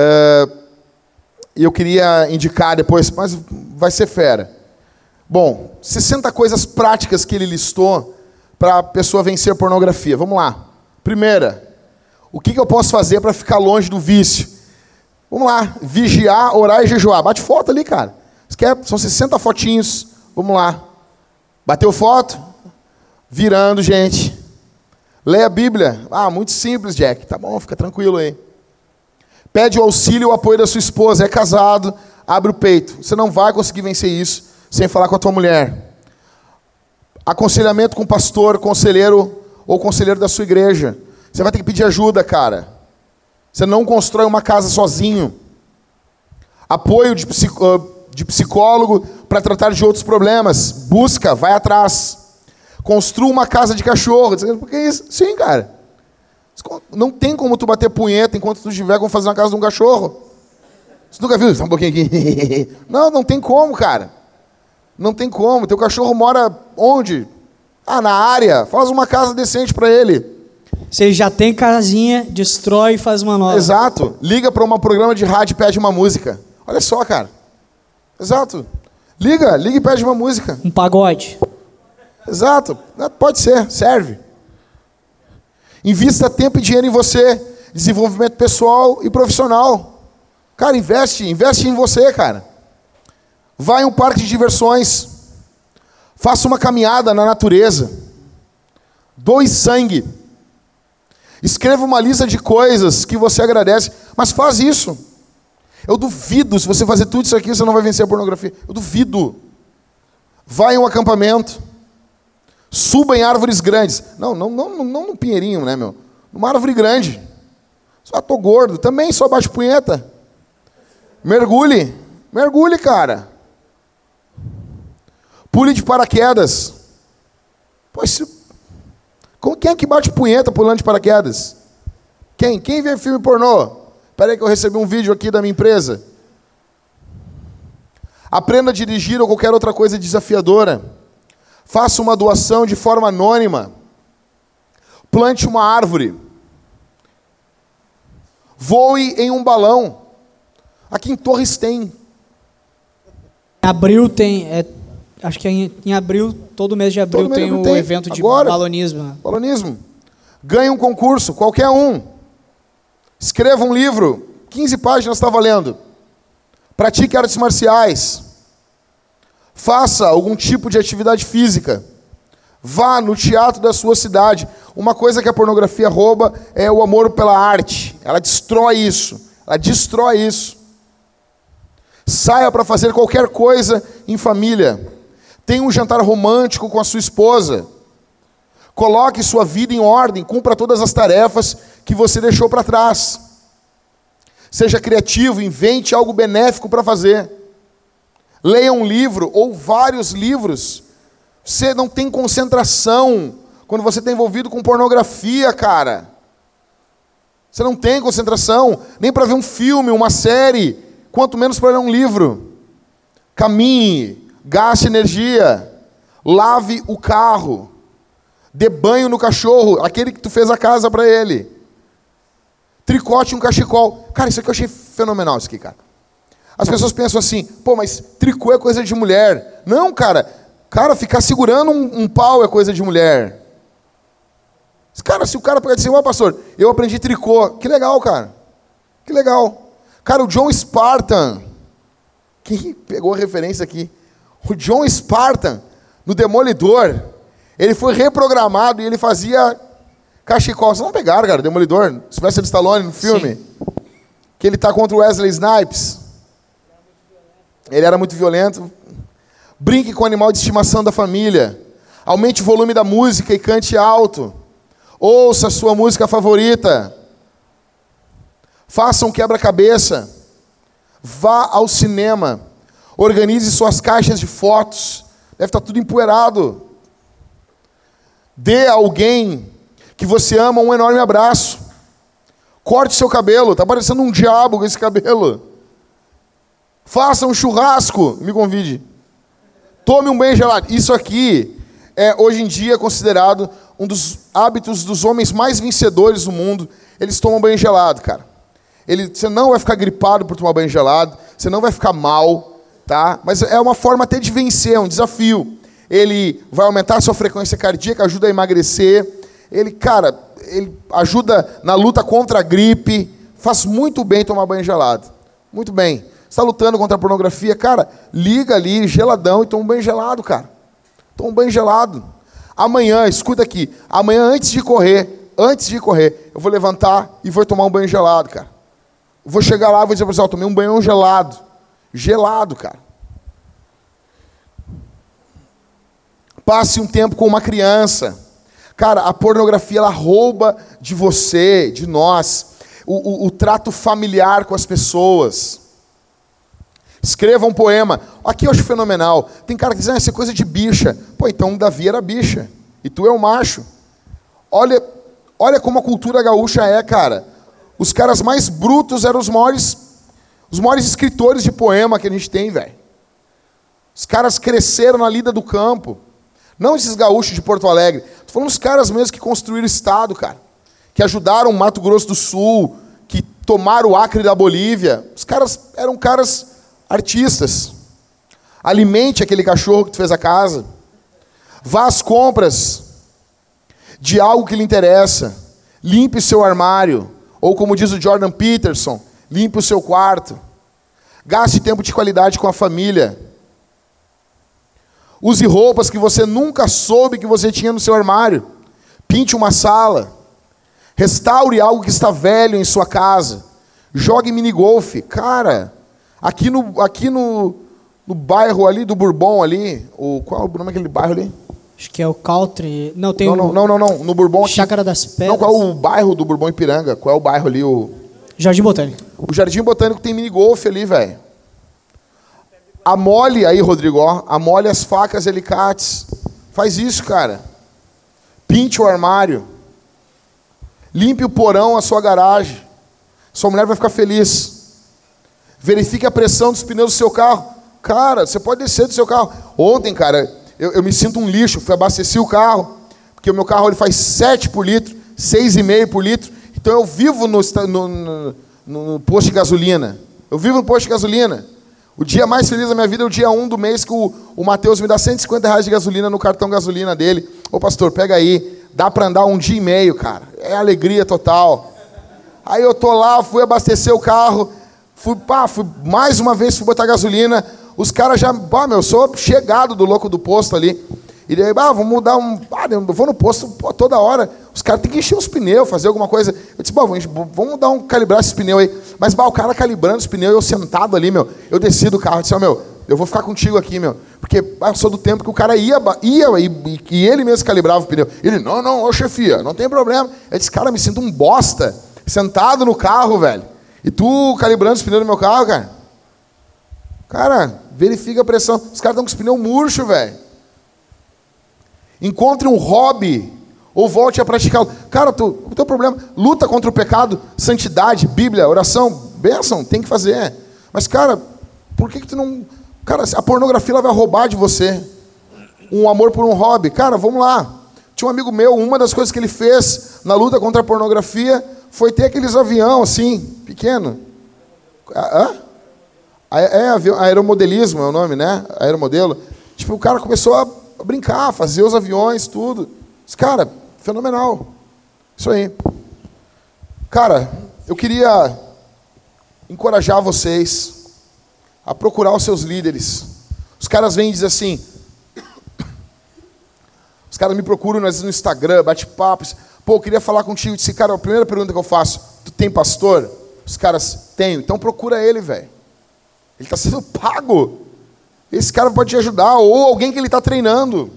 E eu queria indicar depois, mas vai ser fera. Bom, sessenta coisas práticas que ele listou para a pessoa vencer a pornografia. Vamos lá. Primeira, o que, que eu posso fazer para ficar longe do vício? Vamos lá. Vigiar, orar e jejuar. Bate foto ali, cara. Você quer? São sessenta fotinhos. Vamos lá. Bateu foto? Virando, gente. Leia a Bíblia. Ah, muito simples, Jack. Tá bom, fica tranquilo aí. Pede o auxílio e o apoio da sua esposa. É casado, abre o peito. Você não vai conseguir vencer isso sem falar com a tua mulher. Aconselhamento com o pastor, conselheiro ou conselheiro da sua igreja. Você vai ter que pedir ajuda, cara. Você não constrói uma casa sozinho. Apoio de, psico, de psicólogo para tratar de outros problemas. Busca, vai atrás. Construa uma casa de cachorro. Por que isso? Sim, cara. Não tem como tu bater punheta enquanto tu estiver como fazer uma casa de um cachorro. Você nunca viu? Só um pouquinho aqui. Não, não tem como, cara. Não tem como. Teu cachorro mora onde? Ah, na área. Faz uma casa decente para ele. Se ele já tem casinha, destrói e faz uma nova. Exato. Liga para um programa de rádio e pede uma música. Olha só, cara. Exato. Liga, liga e pede uma música. Um pagode. Exato. Pode ser, serve. Invista tempo e dinheiro em você. Desenvolvimento pessoal e profissional. Cara, investe, investe em você, cara. Vai em um parque de diversões. Faça uma caminhada na natureza. Doe sangue. Escreva uma lista de coisas que você agradece. Mas faz isso. Eu duvido, se você fazer tudo isso aqui, você não vai vencer a pornografia. Eu duvido. Vai em um acampamento. Suba em árvores grandes. Não, não, não, não no pinheirinho, né, meu? Numa árvore grande. Só tô gordo. Também só bate punheta. Mergulhe. Mergulhe, cara. Pule de paraquedas. Pô, esse... Quem é que bate punheta pulando de paraquedas? Quem? Quem vê filme pornô? Espera aí que eu recebi um vídeo aqui da minha empresa. Aprenda a dirigir ou qualquer outra coisa desafiadora. Faça uma doação de forma anônima. Plante uma árvore. Voe em um balão. Aqui em Torres tem. Em abril tem... É, acho que é em, em abril, todo mês de abril Todo tem o tem. evento de Agora, balonismo. Né? Balonismo. Ganhe um concurso, qualquer um. Escreva um livro. quinze páginas está valendo. Pratique artes marciais. Faça algum tipo de atividade física. Vá no teatro da sua cidade. Uma coisa que a pornografia rouba é o amor pela arte. Ela destrói isso. Ela destrói isso. Saia para fazer qualquer coisa em família. Tenha um jantar romântico com a sua esposa. Coloque sua vida em ordem. Cumpra todas as tarefas que você deixou para trás. Seja criativo, invente algo benéfico para fazer. Leia um livro ou vários livros. Você não tem concentração quando você está envolvido com pornografia, cara. Você não tem concentração nem para ver um filme, uma série, quanto menos para ler um livro. Caminhe, gaste energia. Lave o carro. Dê banho no cachorro, aquele que tu fez a casa para ele. Tricote um cachecol. Cara, isso aqui eu achei fenomenal, isso aqui, cara. As pessoas pensam assim, pô, mas tricô é coisa de mulher. Não, cara. Cara, ficar segurando um, um pau é coisa de mulher. Cara, se o cara pegar e dizer, ó, pastor, eu aprendi tricô. Que legal, cara. Que legal. Cara, o John Spartan. Quem pegou a referência aqui? O John Spartan, no Demolidor, ele foi reprogramado e ele fazia cachecol. Vocês não pegaram, cara, Demolidor? Sylvester Stallone no filme? Sim. Que ele tá contra o Wesley Snipes. Ele era muito violento. Brinque com o animal de estimação da família. Aumente o volume da música e cante alto. Ouça a sua música favorita. Faça um quebra-cabeça. Vá ao cinema. Organize suas caixas de fotos. Deve estar tudo empoeirado. Dê a alguém que você ama um enorme abraço. Corte seu cabelo. Está parecendo um diabo com esse cabelo. Faça um churrasco. Me convide. Tome um banho gelado. Isso aqui é, hoje em dia, considerado um dos hábitos dos homens mais vencedores do mundo. Eles tomam banho gelado, cara. Ele, você não vai ficar gripado por tomar banho gelado. Você não vai ficar mal, tá? Mas é uma forma até de vencer, é um desafio. Ele vai aumentar a sua frequência cardíaca, ajuda a emagrecer. Ele, cara, ele ajuda na luta contra a gripe. Faz muito bem tomar banho gelado. Muito bem. Você está lutando contra a pornografia? Cara, liga ali, geladão, e toma um banho gelado, cara. Toma um banho gelado. Amanhã, escuta aqui. Amanhã, antes de correr, antes de correr, eu vou levantar e vou tomar um banho gelado, cara. Vou chegar lá e vou dizer para o pessoal, tomei um banho gelado. Gelado, cara. Passe um tempo com uma criança. Cara, a pornografia, ela rouba de você, de nós, o, o, o trato familiar com as pessoas. Escreva um poema. Aqui eu acho fenomenal. Tem cara que diz, ah, isso é coisa de bicha. Pô, então Davi era bicha. E tu é o macho. Olha, olha como a cultura gaúcha é, cara. Os caras mais brutos eram os maiores, os maiores escritores de poema que a gente tem, velho. Os caras cresceram na lida do campo. Não esses gaúchos de Porto Alegre. Estou falando dos caras mesmo que construíram o estado, cara. Que ajudaram o Mato Grosso do Sul, que tomaram o Acre da Bolívia. Os caras eram caras artistas. Alimente aquele cachorro que tu fez a casa. Vá às compras de algo que lhe interessa. Limpe seu armário. Ou como diz o Jordan Peterson, limpe o seu quarto. Gaste tempo de qualidade com a família. Use roupas que você nunca soube que você tinha no seu armário. Pinte uma sala. Restaure algo que está velho em sua casa. Jogue minigolfe. Cara, aqui no, aqui no, no bairro ali do Bourbon ali, o, qual é o nome daquele bairro ali? Acho que é o Country. Não, tem não, não, o... não, não, não. No Bourbon aqui. Chácara das Pedras. Não, qual é o bairro do Bourbon Ipiranga? Qual é o bairro ali? O... Jardim Botânico. O Jardim Botânico tem minigolfe ali, velho. Amole aí, Rodrigo, ó. Amole as facas e alicates. Faz isso, cara. Pinte o armário. Limpe o porão, a sua garagem. Sua mulher vai ficar feliz. Verifique a pressão dos pneus do seu carro. Cara, você pode descer do seu carro. Ontem, cara, eu, eu me sinto um lixo. Fui abastecer o carro, porque o meu carro ele faz sete por litro, seis e meio por litro. Então eu vivo no, no, no, no posto de gasolina. Eu vivo no posto de gasolina. O dia mais feliz da minha vida é o dia um do mês que o, o Matheus me dá cento e cinquenta reais de gasolina no cartão gasolina dele. Ô pastor, pega aí. Dá para andar um dia e meio, cara. É alegria total. Aí eu tô lá, fui abastecer o carro. Fui, pá, fui mais uma vez, fui botar gasolina. Os caras já... Pá, meu, eu sou chegado do louco do posto ali. E daí, ah, vamos dar um... Ah, eu vou no posto pô, toda hora. Os caras têm que encher os pneus, fazer alguma coisa. Eu disse, bom, vamos dar um calibrar esses pneus aí. Mas, bah, o cara calibrando os pneus, eu sentado ali, meu. Eu desci do carro, eu disse, ó, meu, eu vou ficar contigo aqui, meu. Porque ah, eu sou do tempo que o cara ia, ia e, e, e ele mesmo calibrava o pneu. Ele, não, não, ô chefia, não tem problema. Eu disse, cara, me sinto um bosta, sentado no carro, velho. E tu calibrando os pneus do meu carro, cara. Cara, verifica a pressão. Os caras estão com os pneus murchos, velho. Encontre um hobby ou volte a praticá-lo. Cara, tu, o teu problema, luta contra o pecado, santidade, Bíblia, oração, bênção, tem que fazer. Mas, cara, por que que tu não... Cara, a pornografia ela vai roubar de você. um amor por um hobby. Cara, vamos lá. Tinha um amigo meu, uma das coisas que ele fez na luta contra a pornografia foi ter aqueles avião assim, pequeno. Hã? É, aeromodelismo é o nome, né? Aeromodelo. Tipo, o cara começou a brincar, fazer os aviões, tudo. Cara, fenomenal. Isso aí. Cara, eu queria encorajar vocês a procurar os seus líderes. Os caras vêm e dizem assim... Os caras me procuram, às vezes, no Instagram, bate-papo. Pô, eu queria falar contigo. Eu disse, cara, a primeira pergunta que eu faço, tu tem pastor? Os caras, tenho. Então procura ele, velho. Ele está sendo pago. Esse cara pode te ajudar. Ou alguém que ele está treinando.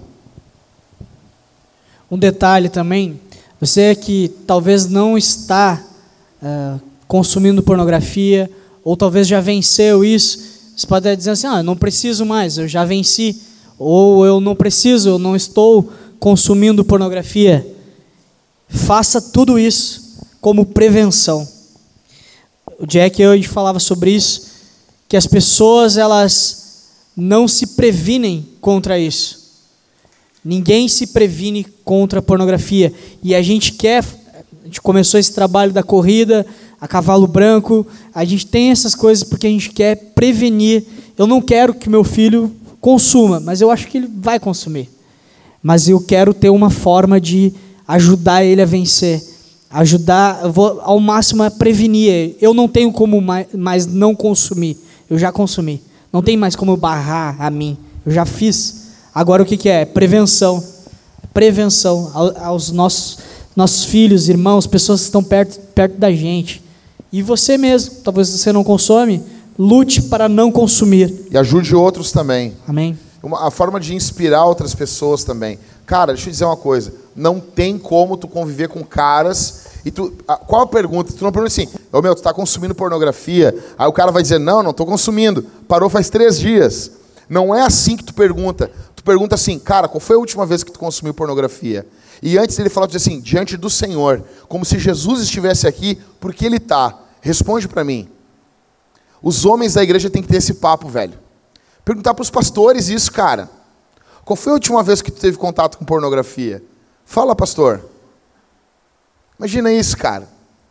Um detalhe também. Você que talvez não está uh, consumindo pornografia, ou talvez já venceu isso, você pode estar dizendo assim, ah, eu não preciso mais, eu já venci. Ou eu não preciso, eu não estou consumindo pornografia. Faça tudo isso como prevenção. O Jack e eu, a gente falava sobre isso, que as pessoas, elas não se previnem contra isso. Ninguém se previne contra a pornografia. E a gente quer, a gente começou esse trabalho da corrida, a cavalo branco, a gente tem essas coisas porque a gente quer prevenir. Eu não quero que meu filho consuma, mas eu acho que ele vai consumir. Mas eu quero ter uma forma de ajudar ele a vencer, ajudar, eu vou ao máximo a prevenir. Eu não tenho como mais, mais não consumir, eu já consumi. Não tem mais como barrar a mim, eu já fiz. Agora o que, que é? Prevenção. Prevenção aos nossos, nossos filhos, irmãos, pessoas que estão perto, perto da gente. E você mesmo, talvez você não consome, lute para não consumir. E ajude outros também. Amém. Uma, a forma de inspirar outras pessoas também. Cara, deixa eu dizer uma coisa. Não tem como tu conviver com caras... E tu, a, qual a pergunta? Tu não pergunta assim, ô meu, tu está consumindo pornografia? Aí o cara vai dizer, não, não estou consumindo. Parou faz três dias. Não é assim que tu pergunta. Tu pergunta assim, cara, qual foi a última vez que tu consumiu pornografia? E antes dele falar, tu diz assim, diante do Senhor, como se Jesus estivesse aqui, porque Ele está. Responde para mim. Os homens da igreja têm que ter esse papo, velho. Perguntar para os pastores isso, cara. Qual foi a última vez que tu teve contato com pornografia? Fala, pastor. Imagina isso, cara.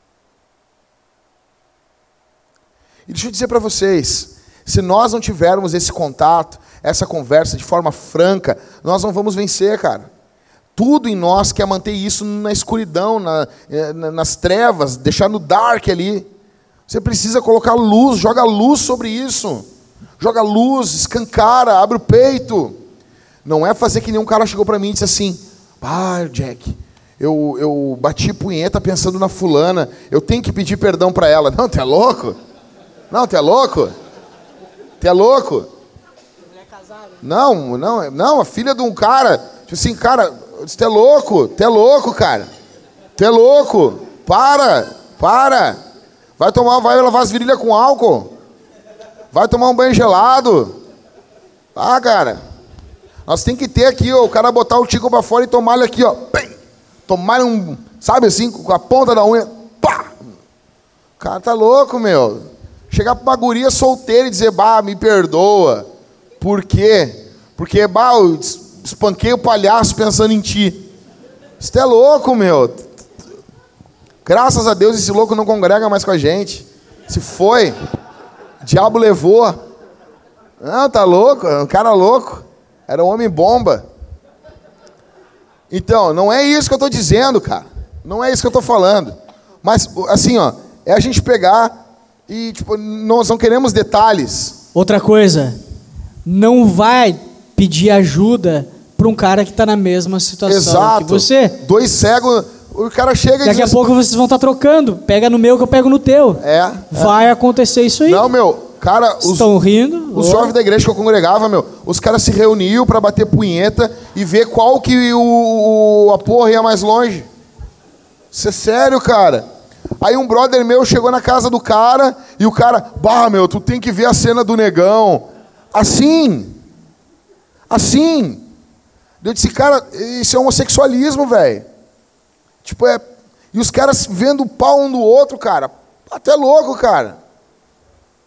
E deixa eu dizer para vocês, se nós não tivermos esse contato, essa conversa de forma franca, nós não vamos vencer, cara. Tudo em nós quer manter isso na escuridão, na, na, nas trevas, deixar no dark ali. Você precisa colocar luz, joga luz sobre isso. Joga luz, escancara, abre o peito. Não é fazer que nem um cara chegou para mim e disse assim, ah, Jack, eu, eu bati punheta pensando na fulana, eu tenho que pedir perdão para ela. Não, tu é louco? Não, tu é louco? Tu é louco? Mulher casada. Não, não, não, a filha de um cara, tipo assim, cara, tu é louco, tu é louco, cara. Tu é louco, para, para. Vai tomar, vai lavar as virilhas com álcool. Vai tomar um banho gelado. Ah, cara. Nós tem que ter aqui, ó, o cara botar o tico pra fora e tomar ele aqui, ó. Tomar um, sabe assim, com a ponta da unha. Pá! O cara tá louco, meu. Chegar pra uma guria solteira e dizer, bah, me perdoa. Por quê? Porque, bah, eu espanquei o palhaço pensando em ti. Isso é louco, meu. Graças a Deus esse louco não congrega mais com a gente. Se foi, o diabo levou. Não, tá louco, é um cara louco. Era um homem bomba. Então, não é isso que eu estou dizendo, cara. Não é isso que eu estou falando. Mas, assim, ó, é a gente pegar e, tipo, nós não queremos detalhes. Outra coisa, não vai pedir ajuda para um cara que está na mesma situação Exato. que você. Dois cegos, o cara chega e Daqui diz... a pouco vocês vão estar trocando. Pega no meu que eu pego no teu. É. Vai é. acontecer isso aí. Não, meu... Cara, os, estão rindo? Os jovens da igreja que eu congregava, meu, os caras se reuniam para bater punheta e ver qual que o, o, a porra ia mais longe. Isso é sério, cara. Aí um brother meu chegou na casa do cara e o cara, bah, meu, tu tem que ver a cena do negão. Assim. Assim. Eu disse, cara, isso é homossexualismo, velho. Tipo, é... E os caras vendo o pau um do outro, cara. Até louco, cara.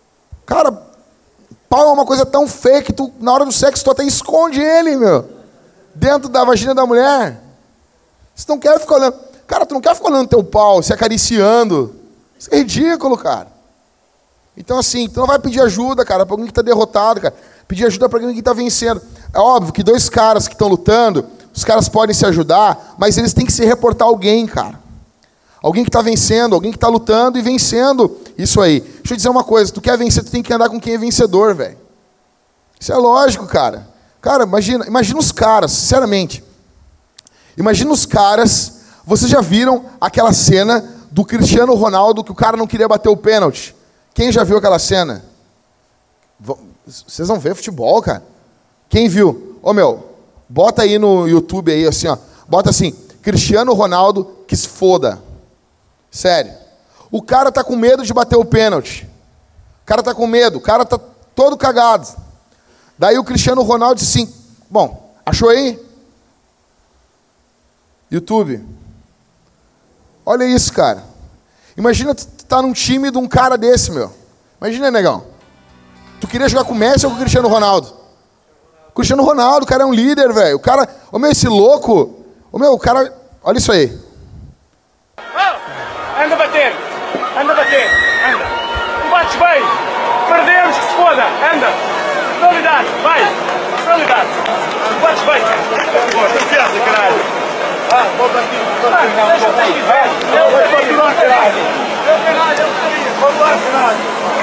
Cara, pau é uma coisa tão feia que tu, na hora do sexo tu até esconde ele, meu. dentro da vagina da mulher. Você não quer ficar olhando. Cara, tu não quer ficar olhando teu pau, se acariciando. Isso é ridículo, cara. Então, assim, tu não vai pedir ajuda, cara, para alguém que está derrotado, cara. Pedir ajuda para alguém que está vencendo. É óbvio que dois caras que estão lutando, os caras podem se ajudar, mas eles têm que se reportar a alguém, cara. Alguém que está vencendo, alguém que está lutando e vencendo. Isso aí. Deixa eu dizer uma coisa, tu quer vencer, tu tem que andar com quem é vencedor, velho. Isso é lógico, cara. Cara, imagina, imagina os caras, sinceramente. Imagina os caras, vocês já viram aquela cena do Cristiano Ronaldo que o cara não queria bater o pênalti? Quem já viu aquela cena? Vocês vão ver futebol, cara? Quem viu? Ô, meu, bota aí no YouTube aí, assim, ó. Bota assim, Cristiano Ronaldo que se foda. Sério. O cara tá com medo de bater o pênalti. O cara tá com medo, o cara tá todo cagado. Daí o Cristiano Ronaldo disse assim, bom, achou aí? YouTube. Olha isso, cara. Imagina tu tá num time de um cara desse, meu. Imagina, negão. Tu queria jogar com o Messi ou com o Cristiano Ronaldo? Cristiano Ronaldo, o cara é um líder, velho. O cara, ô meu, esse louco. Ô meu, o cara, olha isso aí. Oh, anda a bater, anda a bater, anda. Tu bates bem, perdemos que se foda, anda. Realidade, vai, realidade. Tu bates bem. Confiança, caralho. Ah, volta aqui, volta aqui. Ah, deixa eu ver. Eu vou continuar, caralho. Eu caralho, eu queria. Vamos lá, caralho.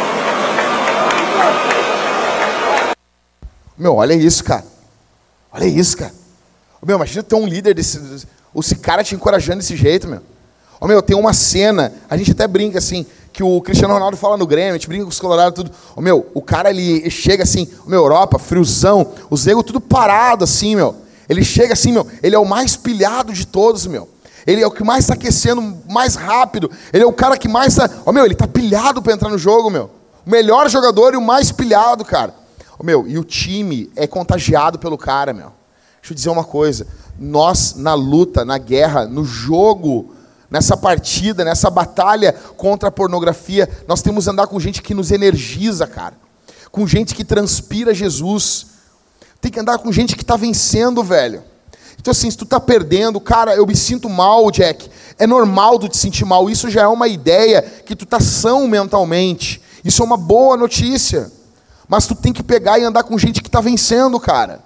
Meu, olha isso, cara. Olha isso, cara. Meu, imagina ter um líder desse... Esse cara te encorajando desse jeito, meu. Ô, meu, tem uma cena, a gente até brinca assim, que o Cristiano Ronaldo fala no Grêmio, a gente brinca com os colorados tudo. Ô, meu, o cara, ele chega assim, meu, Europa, friozão, os negros tudo parado assim, meu. Ele chega assim, meu, ele é o mais pilhado de todos, meu. Ele é o que mais está aquecendo mais rápido. Ele é o cara que mais está... Ô, meu, ele está pilhado para entrar no jogo, meu. O melhor jogador e o mais pilhado, cara. Ô, meu, e o time é contagiado pelo cara, meu. Deixa eu dizer uma coisa. Nós, na luta, na guerra, no jogo, nessa partida, nessa batalha contra a pornografia, nós temos que andar com gente que nos energiza, cara. Com gente que transpira Jesus. Tem que andar com gente que está vencendo, velho. Então, assim, se tu tá perdendo, cara, eu me sinto mal, Jack. É normal tu te sentir mal. Isso já é uma ideia que tu tá são mentalmente. Isso é uma boa notícia. Mas tu tem que pegar e andar com gente que está vencendo, cara.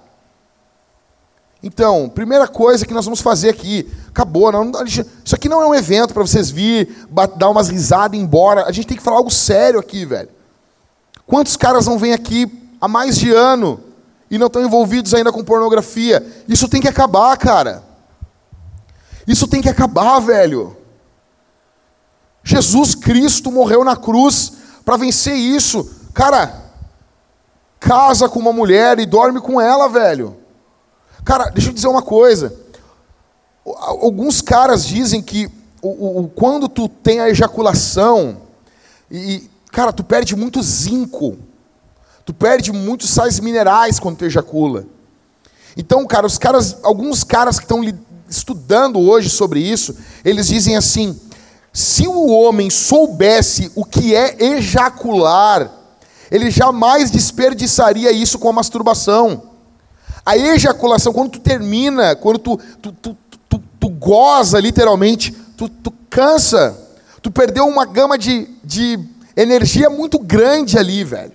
Então, primeira coisa que nós vamos fazer aqui, acabou, não, isso aqui não é um evento para vocês vir, dar umas risadas e ir embora. A gente tem que falar algo sério aqui, velho. Quantos caras não vêm aqui há mais de ano e não estão envolvidos ainda com pornografia? Isso tem que acabar, cara. Isso tem que acabar, velho. Jesus Cristo morreu na cruz para vencer isso. Cara, casa com uma mulher e dorme com ela, velho. Cara, deixa eu dizer uma coisa. Alguns caras dizem que o, o, quando tu tem a ejaculação, e, cara, tu perde muito zinco. Tu perde muitos sais minerais quando tu ejacula. Então, cara, os caras, alguns caras que estão estudando hoje sobre isso, eles dizem assim, se o homem soubesse o que é ejacular, ele jamais desperdiçaria isso com a masturbação. A ejaculação, quando tu termina, quando tu, tu, tu, tu, tu goza literalmente, tu, tu cansa, tu perdeu uma gama de, de energia muito grande ali, velho.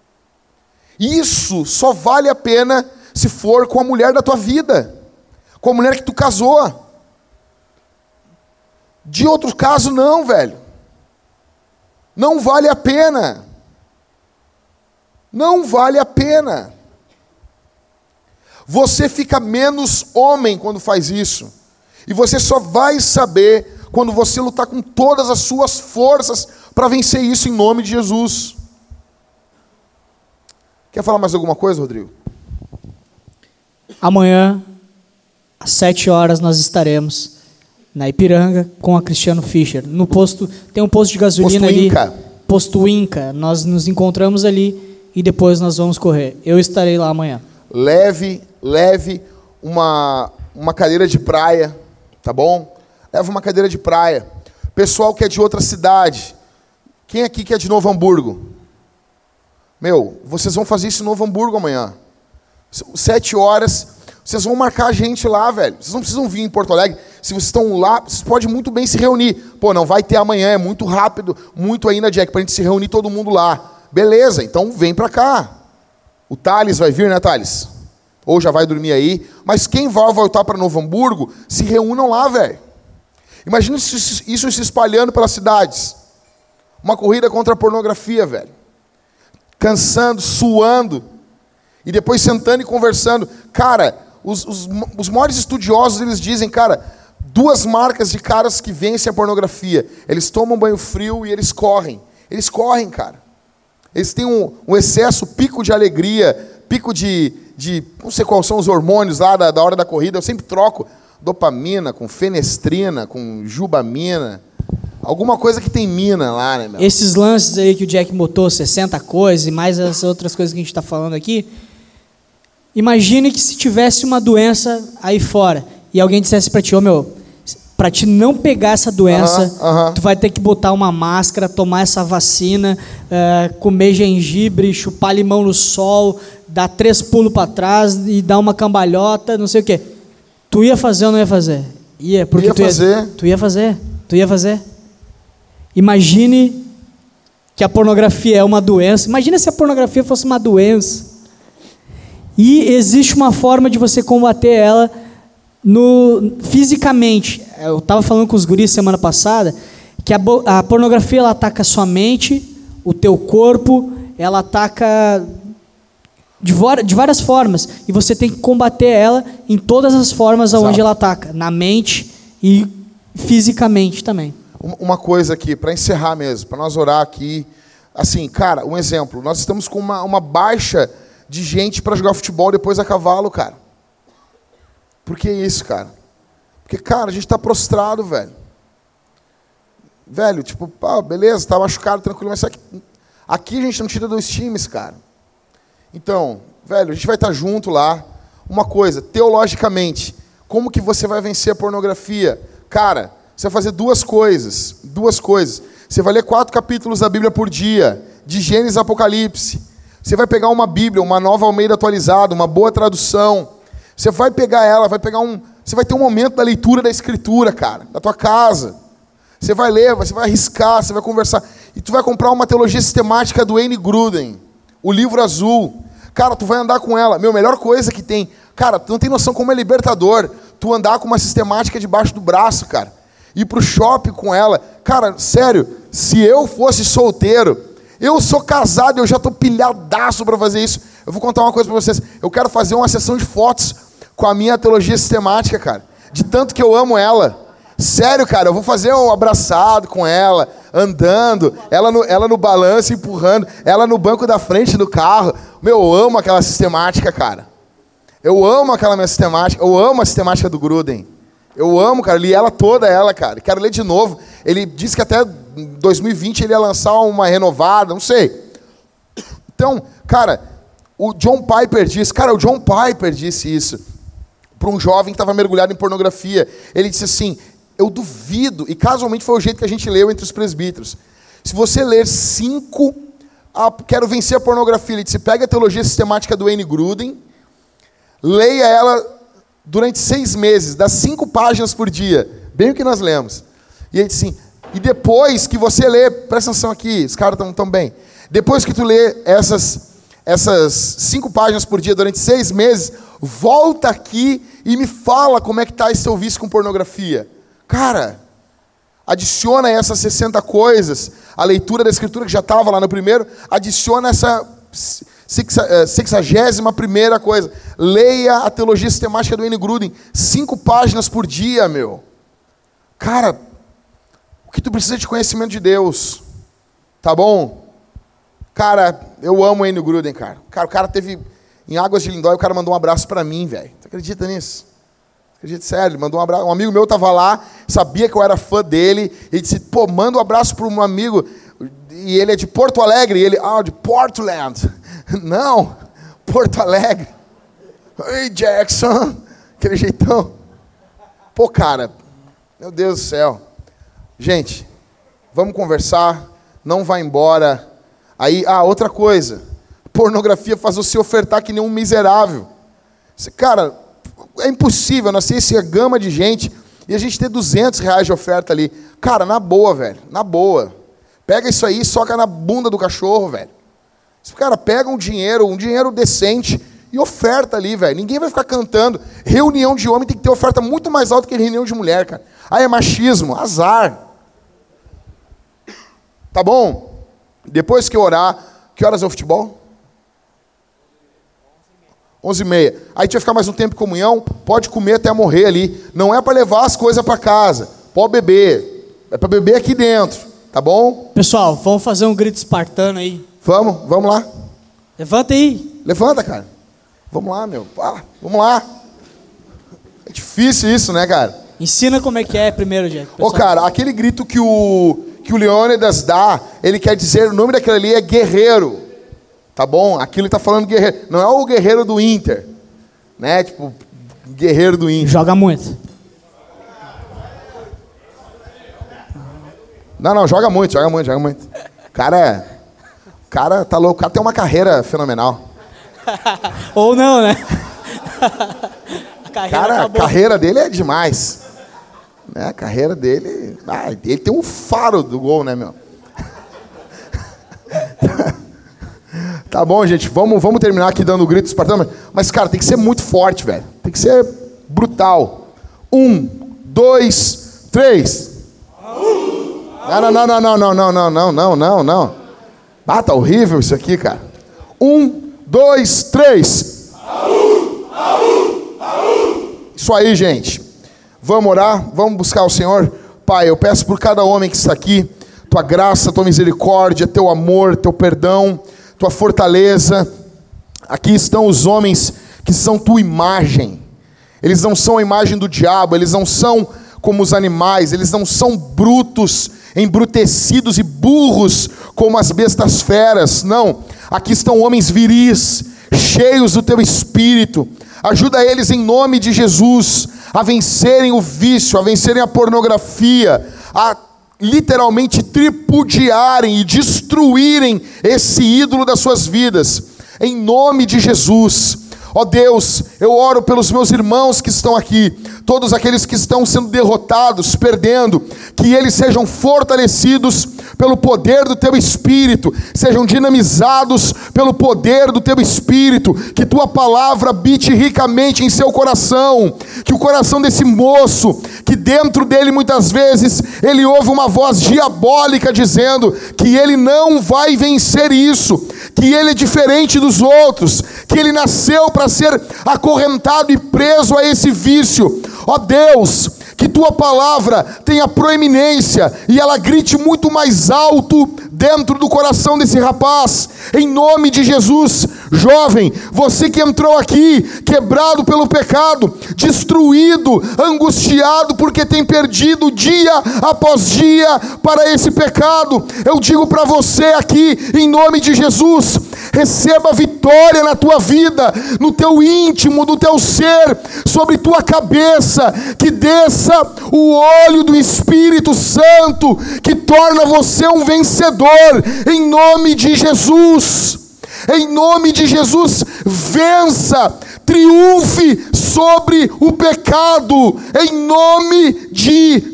Isso só vale a pena se for com a mulher da tua vida, com a mulher que tu casou. De outro caso, não, velho. Não vale a pena. Não vale a pena. Você fica menos homem quando faz isso. E você só vai saber quando você lutar com todas as suas forças para vencer isso em nome de Jesus. Quer falar mais alguma coisa, Rodrigo? Amanhã, às sete horas, nós estaremos na Ipiranga com a Cristiano Fischer. No posto, tem um posto de gasolina posto ali. Inca. Posto Inca. Nós nos encontramos ali e depois nós vamos correr. Eu estarei lá amanhã. Leve, leve uma, uma cadeira de praia, tá bom? Leva uma cadeira de praia. Pessoal que é de outra cidade. Quem aqui que é de Novo Hamburgo? Meu, vocês vão fazer isso em Novo Hamburgo amanhã. Sete horas. Vocês vão marcar a gente lá, velho. Vocês não precisam vir em Porto Alegre. Se vocês estão lá, vocês podem muito bem se reunir. Pô, não vai ter amanhã, é muito rápido, muito ainda, Jack, pra gente se reunir todo mundo lá. Beleza, então vem pra cá. O Thales vai vir, né, Thales? Ou já vai dormir aí. Mas quem vai voltar para Novo Hamburgo, se reúnam lá, velho. Imagina isso se espalhando pelas cidades. Uma corrida contra a pornografia, velho. Cansando, suando. E depois sentando e conversando. Cara, os, os, os maiores estudiosos, eles dizem, cara, duas marcas de caras que vencem a pornografia. Eles tomam banho frio e eles correm. Eles correm, cara. Eles têm um, um excesso, pico de alegria, pico de, de... Não sei quais são os hormônios lá da, da hora da corrida. Eu sempre troco dopamina com fenestrina, com jubamina. Alguma coisa que tem mina lá, né, meu? Esses lances aí que o Jack botou, sessenta coisas e mais as outras coisas que a gente está falando aqui. Imagine que se tivesse uma doença aí fora e alguém dissesse para ti, ô oh, meu, para te não pegar essa doença, uh-huh, uh-huh. tu vai ter que botar uma máscara, tomar essa vacina, uh, comer gengibre, chupar limão no sol, dar três pulos para trás e dar uma cambalhota, não sei o quê. Tu ia fazer ou não ia fazer? Ia, porque ia tu, ia, fazer. tu ia fazer. Tu ia fazer. Imagine que a pornografia é uma doença. Imagina se a pornografia fosse uma doença. E existe uma forma de você combater ela no, fisicamente. Eu estava falando com os guris semana passada que a, a pornografia ela ataca a sua mente, o teu corpo, ela ataca de, de várias formas. E você tem que combater ela em todas as formas onde ela ataca. Na mente e fisicamente também. Uma coisa aqui, para encerrar mesmo, para nós orar aqui. Assim, cara, um exemplo. Nós estamos com uma, uma baixa de gente para jogar futebol depois a cavalo, cara. Por que isso, cara? Porque, cara, a gente está prostrado, velho. Velho, tipo, pá, beleza, tá machucado, tranquilo, mas aqui, aqui a gente não tira dois times, cara. Então, velho, a gente vai estar junto lá. Uma coisa, teologicamente, como que você vai vencer a pornografia? Cara, você vai fazer duas coisas, duas coisas. Você vai ler quatro capítulos da Bíblia por dia, de Gênesis a Apocalipse. Você vai pegar uma Bíblia, uma Nova Almeida atualizada, uma boa tradução. Você vai pegar ela, vai pegar um... Você vai ter um momento da leitura da Escritura, cara, da tua casa. Você vai ler, você vai arriscar, você vai conversar. E tu vai comprar uma teologia sistemática do Wayne Grudem, o livro azul. Cara, tu vai andar com ela. Meu, melhor coisa que tem... Cara, tu não tem noção como é libertador tu andar com uma sistemática debaixo do braço, cara. Ir pro shopping com ela. Cara, sério, se eu fosse solteiro... Eu sou casado, eu já estou pilhadaço para fazer isso. Eu vou contar uma coisa para vocês. Eu quero fazer uma sessão de fotos com a minha teologia sistemática, cara. De tanto que eu amo ela. Sério, cara, eu vou fazer um abraçado com ela, andando, ela no, ela no balanço, empurrando, ela no banco da frente do carro. Meu, eu amo aquela sistemática, cara. Eu amo aquela minha sistemática, eu amo a sistemática do Grudem. Eu amo, cara, li ela toda, ela, cara. Quero ler de novo. Ele disse que até dois mil e vinte ele ia lançar uma renovada, não sei. Então, cara, o John Piper disse, cara, o John Piper disse isso para um jovem que estava mergulhado em pornografia. Ele disse assim, eu duvido, e casualmente foi o jeito que a gente leu entre os presbíteros. Se você ler cinco, ah, quero vencer a pornografia, ele disse, pega a teologia sistemática do Wayne Grudem, leia ela durante seis meses, dá cinco páginas por dia, bem o que nós lemos. E ele disse assim, e depois que você lê, presta atenção aqui, os caras estão tão bem, depois que tu lê essas, essas cinco páginas por dia durante seis meses, volta aqui e me fala como é que está esse seu vício com pornografia. Cara, adiciona essas sessenta coisas, a leitura da Escritura que já estava lá no primeiro, adiciona essa sexagésima primeira coisa. Leia a teologia sistemática do Wayne Grudem. Cinco páginas por dia, meu. Cara, o que tu precisa de conhecimento de Deus. Tá bom? Cara, eu amo o Wayne Grudem, cara. Cara, o cara teve... Em Águas de Lindóia, o cara mandou um abraço pra mim, velho. Tu acredita nisso? Acredita, sério. Ele mandou um abraço. Um amigo meu tava lá, sabia que eu era fã dele. Ele disse, pô, manda um abraço para um amigo... E ele é de Porto Alegre. E ele, ah, de Portland. Não, Porto Alegre. Ei, Jackson. Aquele jeitão. Pô, cara, meu Deus do céu. Gente, vamos conversar. Não vai embora. Aí, ah, outra coisa. Pornografia faz você ofertar que nem um miserável. Você, cara, É impossível, nós temos essa gama de gente e a gente ter duzentos reais de oferta ali. Cara, na boa, velho, na boa. Pega isso aí e soca na bunda do cachorro, velho. Cara, pega um dinheiro, um dinheiro decente e oferta ali, velho. Ninguém vai ficar cantando. Reunião de homem tem que ter oferta muito mais alta que reunião de mulher, cara. Aí é machismo, azar. Tá bom? Depois que eu orar, que horas é o futebol? onze e meia. Aí a gente vai ficar mais um tempo em comunhão, pode comer até morrer ali. Não é para levar as coisas para casa, pode beber. É para beber aqui dentro, tá bom? Pessoal, vamos fazer um grito espartano aí. Vamos, vamos lá. Levanta aí. Levanta, cara. Vamos lá, meu. Ah, vamos lá. É difícil isso, né, cara? Ensina como é que é primeiro, Jack. Ô, cara, aquele grito que o, que o Leônidas dá, ele quer dizer, o nome daquele ali é guerreiro. Tá bom? Aquilo ele tá falando guerreiro. Não é o guerreiro do Inter. Né? Tipo, guerreiro do Inter. Joga muito. Não, não, joga muito, joga muito, joga muito. O cara é... O cara tá louco. O cara tem uma carreira fenomenal. Ou não, né? A carreira cara, acabou. A carreira dele é demais. Né? A carreira dele... Ah, ele tem um faro do gol, né, meu? Tá bom, gente, vamos, vamos terminar aqui dando grito espartano. Mas, cara, tem que ser muito forte, velho. Tem que ser brutal. Um, dois, três. Não, não, não, não, não, não, não, não, não, não, não. Ah, tá horrível isso aqui, cara. Um, dois, três. Isso aí, gente. Vamos orar, vamos buscar o Senhor. Pai, eu peço por cada homem que está aqui, tua graça, tua misericórdia, teu amor, teu perdão, tua fortaleza. Aqui estão os homens que são tua imagem. Eles não são a imagem do diabo, eles não são como os animais, eles não são brutos, embrutecidos e burros como as bestas feras. Não, aqui estão homens viris, cheios do teu espírito. Ajuda eles em nome de Jesus a vencerem o vício, a vencerem a pornografia, a literalmente tripudiarem e destruírem esse ídolo das suas vidas, em nome de Jesus. Ó Deus, eu oro pelos meus irmãos que estão aqui, todos aqueles que estão sendo derrotados, perdendo, que eles sejam fortalecidos pelo poder do teu Espírito, sejam dinamizados pelo poder do teu Espírito, que tua palavra habite ricamente em seu coração, que o coração desse moço, que dentro dele muitas vezes ele ouve uma voz diabólica dizendo que ele não vai vencer isso, que ele é diferente dos outros, que ele nasceu para ser acorrentado e preso a esse vício. Ó Deus, que tua palavra tenha proeminência e ela grite muito mais alto dentro do coração desse rapaz, em nome de Jesus. Jovem, você que entrou aqui quebrado pelo pecado, destruído, angustiado porque tem perdido dia após dia para esse pecado, eu digo para você aqui, em nome de Jesus, receba vitória na tua vida, no teu íntimo, no teu ser, sobre tua cabeça, que desça o óleo do Espírito Santo, que torna você um vencedor, em nome de Jesus. Em nome de Jesus, vença, triunfe sobre o pecado, em nome de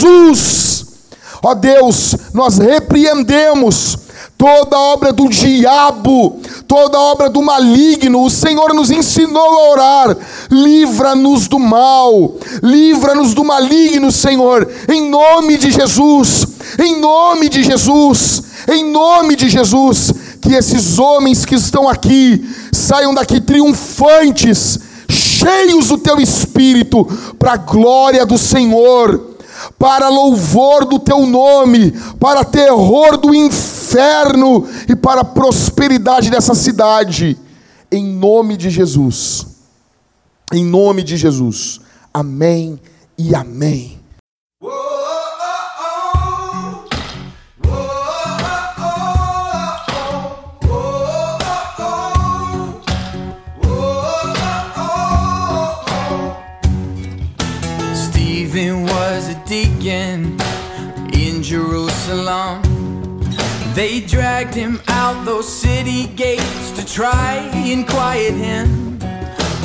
Jesus. Ó Deus, nós repreendemos toda obra do diabo, toda obra do maligno. O Senhor nos ensinou a orar: livra-nos do mal, livra-nos do maligno, Senhor, em nome de Jesus, em nome de Jesus, em nome de Jesus. Que esses homens que estão aqui saiam daqui triunfantes, cheios do teu Espírito, para a glória do Senhor, para louvor do teu nome, para terror do inferno e para a prosperidade dessa cidade, em nome de Jesus, em nome de Jesus, amém e amém. Stephen was a deacon in Jerusalem. They dragged him out those city gates to try and quiet him.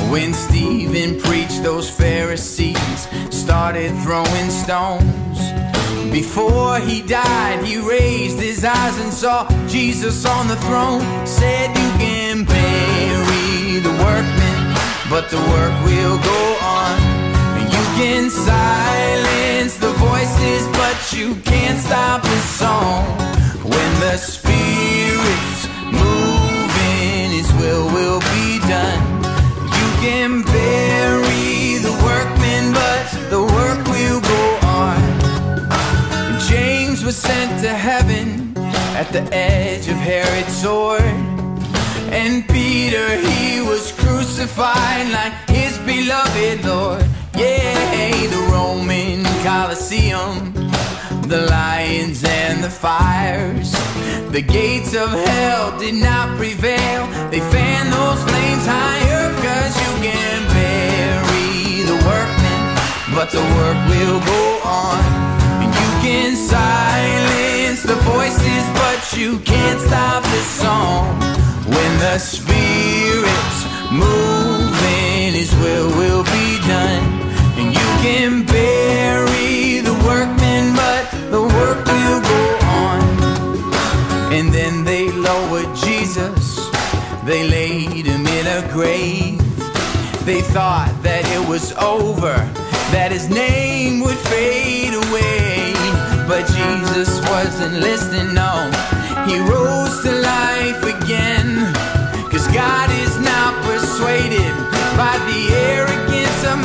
When Stephen preached, those Pharisees started throwing stones. Before he died, he raised his eyes and saw Jesus on the throne. Said, you can bury the workmen, but the work will go on. And you can silence the voices, but you can't stop the song. When the Spirit's moving, His will will be done. You can bury the workmen, but the work will go on. James was sent to heaven at the edge of Herod's sword. And Peter, he was crucified like his beloved Lord. Yeah, the Roman Colosseum, the lions and the fires. The gates of hell did not prevail. They fanned those flames higher, cause you can bury the workmen, but the work will go on. You can silence the voices, but you can't stop the song. When the Spirit's moving, His will will be done. And you can bury the workmen, but the work will go on. And then they lowered Jesus, they laid Him in a grave. They thought that it was over, that His name would fade away. But Jesus wasn't listening, no. He rose to life again. Cause God is not persuaded by the arrogance of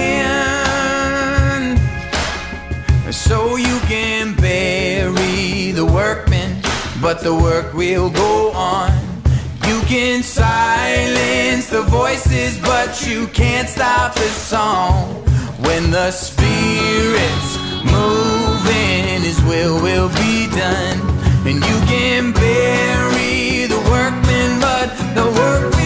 man. So you can bury the workmen, but the work will go on. You can silence the voices, but you can't stop the song. When the Spirit's moving, His will will be done. And you can bury the workmen, but the work